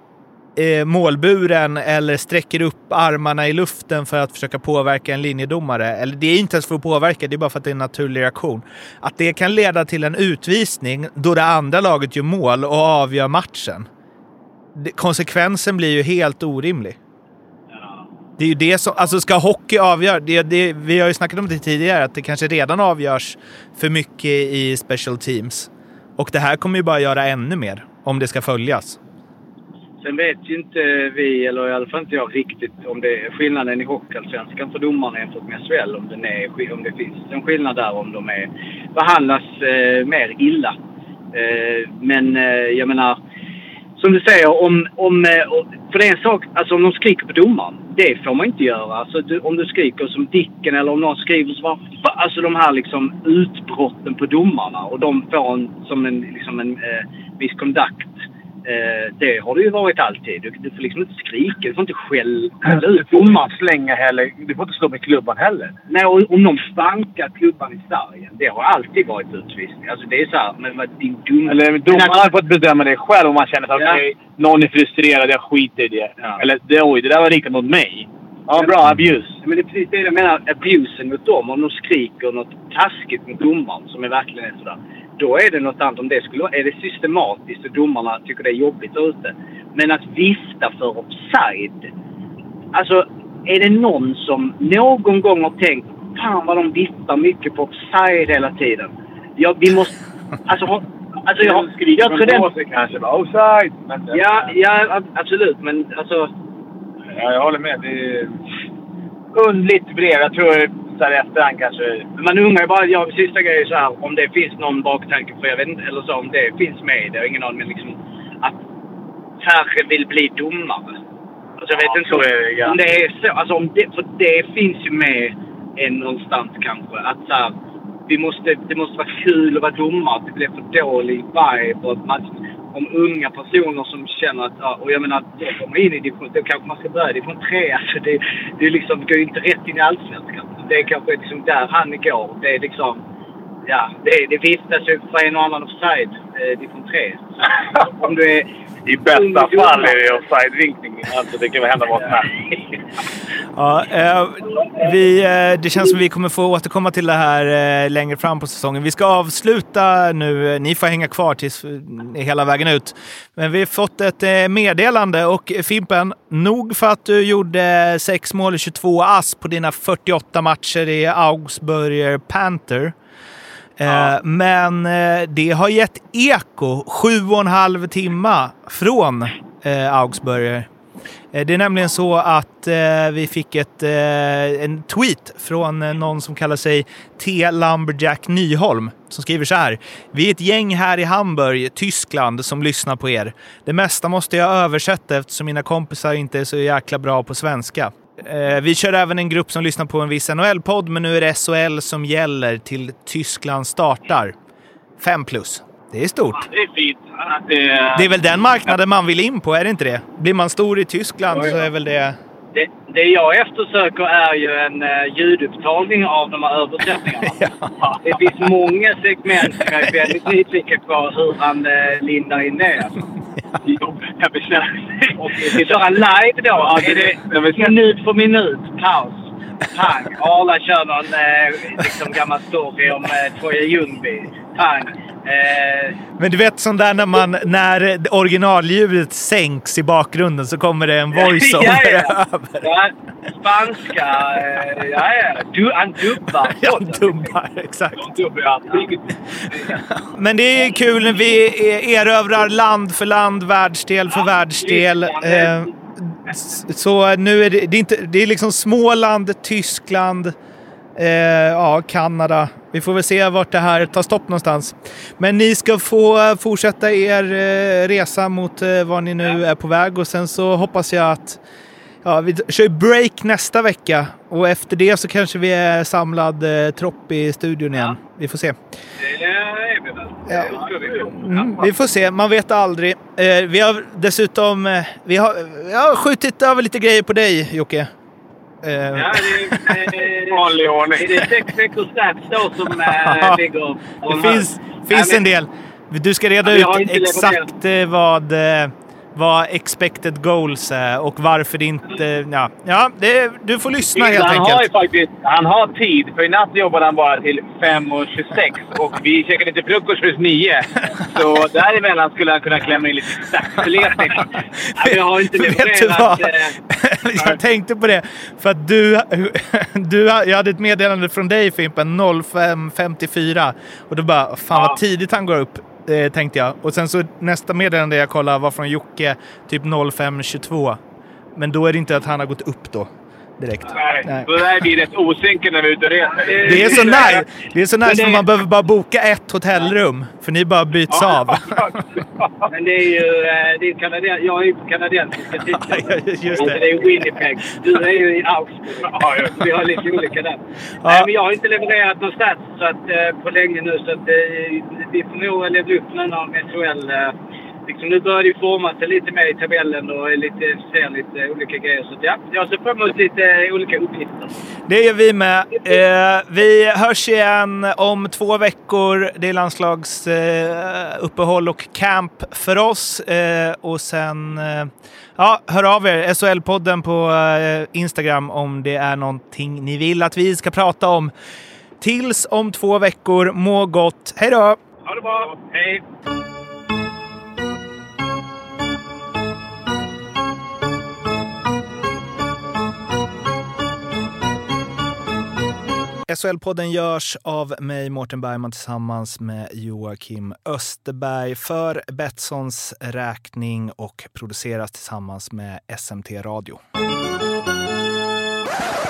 Speaker 6: målburen eller sträcker upp armarna i luften för att försöka påverka en linjedomare, eller det är inte ens för att påverka, det är bara för att det är en naturlig reaktion, att det kan leda till en utvisning då det andra laget gör mål och avgör matchen. Konsekvensen blir ju helt orimlig. Det är ju det som, alltså ska hockey avgöra, vi har ju snackat om det tidigare, att det kanske redan avgörs för mycket i special teams, och det här kommer ju bara göra ännu mer om det ska följas.
Speaker 13: Sen vet ju inte vi, eller i alla fall inte jag riktigt, om det är skillnaden i Hockeyallsvenskan för domarna jämfört med SHL, om det finns en skillnad där, om de behandlas mer illa. Men jag menar, som du säger, för det är en sak, alltså om de skriker på domaren, det får man inte göra. Alltså om du skriker som Dicken eller om någon skriver så alltså de här liksom utbrotten på domarna och de får en misconduct. Det har det ju varit alltid. Du får liksom inte skrika, du får inte skälla ut domaren, slänga heller. Du får inte slå med klubban heller. Nej, och om någon bankar klubban i sargen, det har alltid varit utvisning. Alltså det är så här, men vad din dum...
Speaker 12: Eller domaren har fått bedöma det själv om man känner att någon är frustrerad, jag skiter i det. Ja. Eller det där var riktat mot mig. Ja, bra, abuse.
Speaker 13: Men det är precis det jag menar, abusen mot dem. Om de skriker något taskigt mot domaren som är verkligen sådär, då är det något annat. Om det är det systematiskt och domarna tycker det är jobbigt där ute. Men att vifta för offside, alltså är det någon som någon gång har tänkt, fan vad de viftar mycket på offside hela tiden. Ja, vi måste, jag tror det
Speaker 12: kanske bara offside.
Speaker 13: Ja, absolut, men alltså...
Speaker 12: Ja, jag håller med. Det är undligt brev. Jag tror så här efterhand kanske...
Speaker 13: Man undrar ju bara, sista grejen så här, om det finns någon baktanke, för jag vet inte, eller så om det finns med, det har ingen aning, men liksom att färre vill bli domare. Alltså jag vet inte om det är så, alltså för det finns ju med någonstans kanske, att så här, det måste vara kul att vara domare, det blir för dålig vibe, och om unga personer som känner att, och jag menar, då kommer in i division, då kanske man ska börja division 3, alltså det är liksom, det går ju inte rätt in i allsvenskan. Det är kanske liksom där han går, det är liksom, det viftas ju för en och annan offside, division 3. Om du är...
Speaker 12: I bästa fall är det offside-vinkning, alltså det kan väl hända vad som helst.
Speaker 6: Ja, det känns som vi kommer få återkomma till det här längre fram på säsongen. Vi ska avsluta nu. Ni får hänga kvar tills hela vägen ut. Men vi har fått ett meddelande, och Fimpen, nog för att du gjorde 6 mål i 22 ass på dina 48 matcher i Augsburger Panther. Men det har gett eko 7,5 timmar från Augsburger. Det är nämligen så att vi fick en tweet från någon som kallar sig T. Lumberjack Nyholm, som skriver så här: vi är ett gäng här i Hamburg, Tyskland, som lyssnar på er. Det mesta måste jag översätta eftersom mina kompisar inte är så jäkla bra på svenska. Vi kör även en grupp som lyssnar på en viss NHL-podd, men nu är det SHL som gäller till Tyskland startar. 5+. Det är stort.
Speaker 12: Det är fint.
Speaker 6: Det är väl den marknaden man vill in på, är det inte det? Blir man stor i Tyskland så är väl det...
Speaker 13: Det jag eftersöker är ju en ljudupptagning av de här översättningarna. Ja. Det finns många segment som jag är väldigt nyfiken på hur han lindar in det.
Speaker 12: Jag bestämmer. Och vi kör live då. Är det minut för minut. Paus. Pang. Arla kör någon liksom gammal story om Troja Ljungby. Pang.
Speaker 6: Men du vet sån där när originalljudet sänks i bakgrunden så kommer det en voice-over över.
Speaker 12: Ja, spanska. Han dubbar.
Speaker 6: Ja, dubbar, exakt. Men det är kul när vi erövrar land för land, världsdel för världsdel. Så nu är det är liksom Småland, Tyskland, Kanada. Vi får väl se vart det här tar stopp någonstans. Men ni ska få fortsätta er resa mot var ni nu är på väg. Och sen så hoppas jag att vi kör break nästa vecka. Och efter det så kanske vi är samlad tropp i studion igen. Vi får se. Vi får se, man vet aldrig. Vi har dessutom jag har skjutit över lite grejer på dig, Jocke.
Speaker 12: Det är vanlig ordning. Det är 6 veckors stats då som ligger.
Speaker 6: Det finns en del. Du ska reda ut exakt vad expected goals är och varför det inte... du får lyssna helt enkelt.
Speaker 12: Han har tid, för i natt jobbade han bara till 5:26 och vi käkade inte frukost för 9. Så däremellan skulle han kunna klämma in lite statsledning. Jag har inte levererat...
Speaker 6: Jag tänkte på det, för att jag hade ett meddelande från dig, Fimpen, 05:54 och då bara, fan vad tidigt han går upp. Tänkte jag. Och sen så nästa meddelande jag kollade var från Jocke typ 05:22. Men då är det inte att han har gått upp då direkt.
Speaker 12: Nej. Så där blir rätt osynken när vi är ute och reser.
Speaker 6: Det är så nice. Det är så nice för man behöver bara boka ett hotellrum. För ni bara byts av.
Speaker 12: Men det är ju jag är ju på kanadensiska tider. Just det. Det är Winnipeg. Du är ju i Augsburg. Vi har lite olika där. Men jag har inte levererat någon stats så att, på länge nu. Så att vi får nog leva upp nu när SHL... Liksom, nu börjar det forma sig lite mer i tabellen och ser lite olika grejer. Så jag ser fram emot lite olika uppgifter.
Speaker 6: Det gör vi med. Vi hörs igen om 2 veckor. Det är landslagsuppehåll och camp för oss. Och sen hör av er. SHL-podden på Instagram om det är någonting ni vill att vi ska prata om. Tills om 2 veckor. Må gott. Hej då!
Speaker 12: Ha det bra. Hej!
Speaker 6: SHL-podden görs av mig, Mårten Bergman, tillsammans med Joakim Österberg för Betssons räkning och produceras tillsammans med SMT Radio.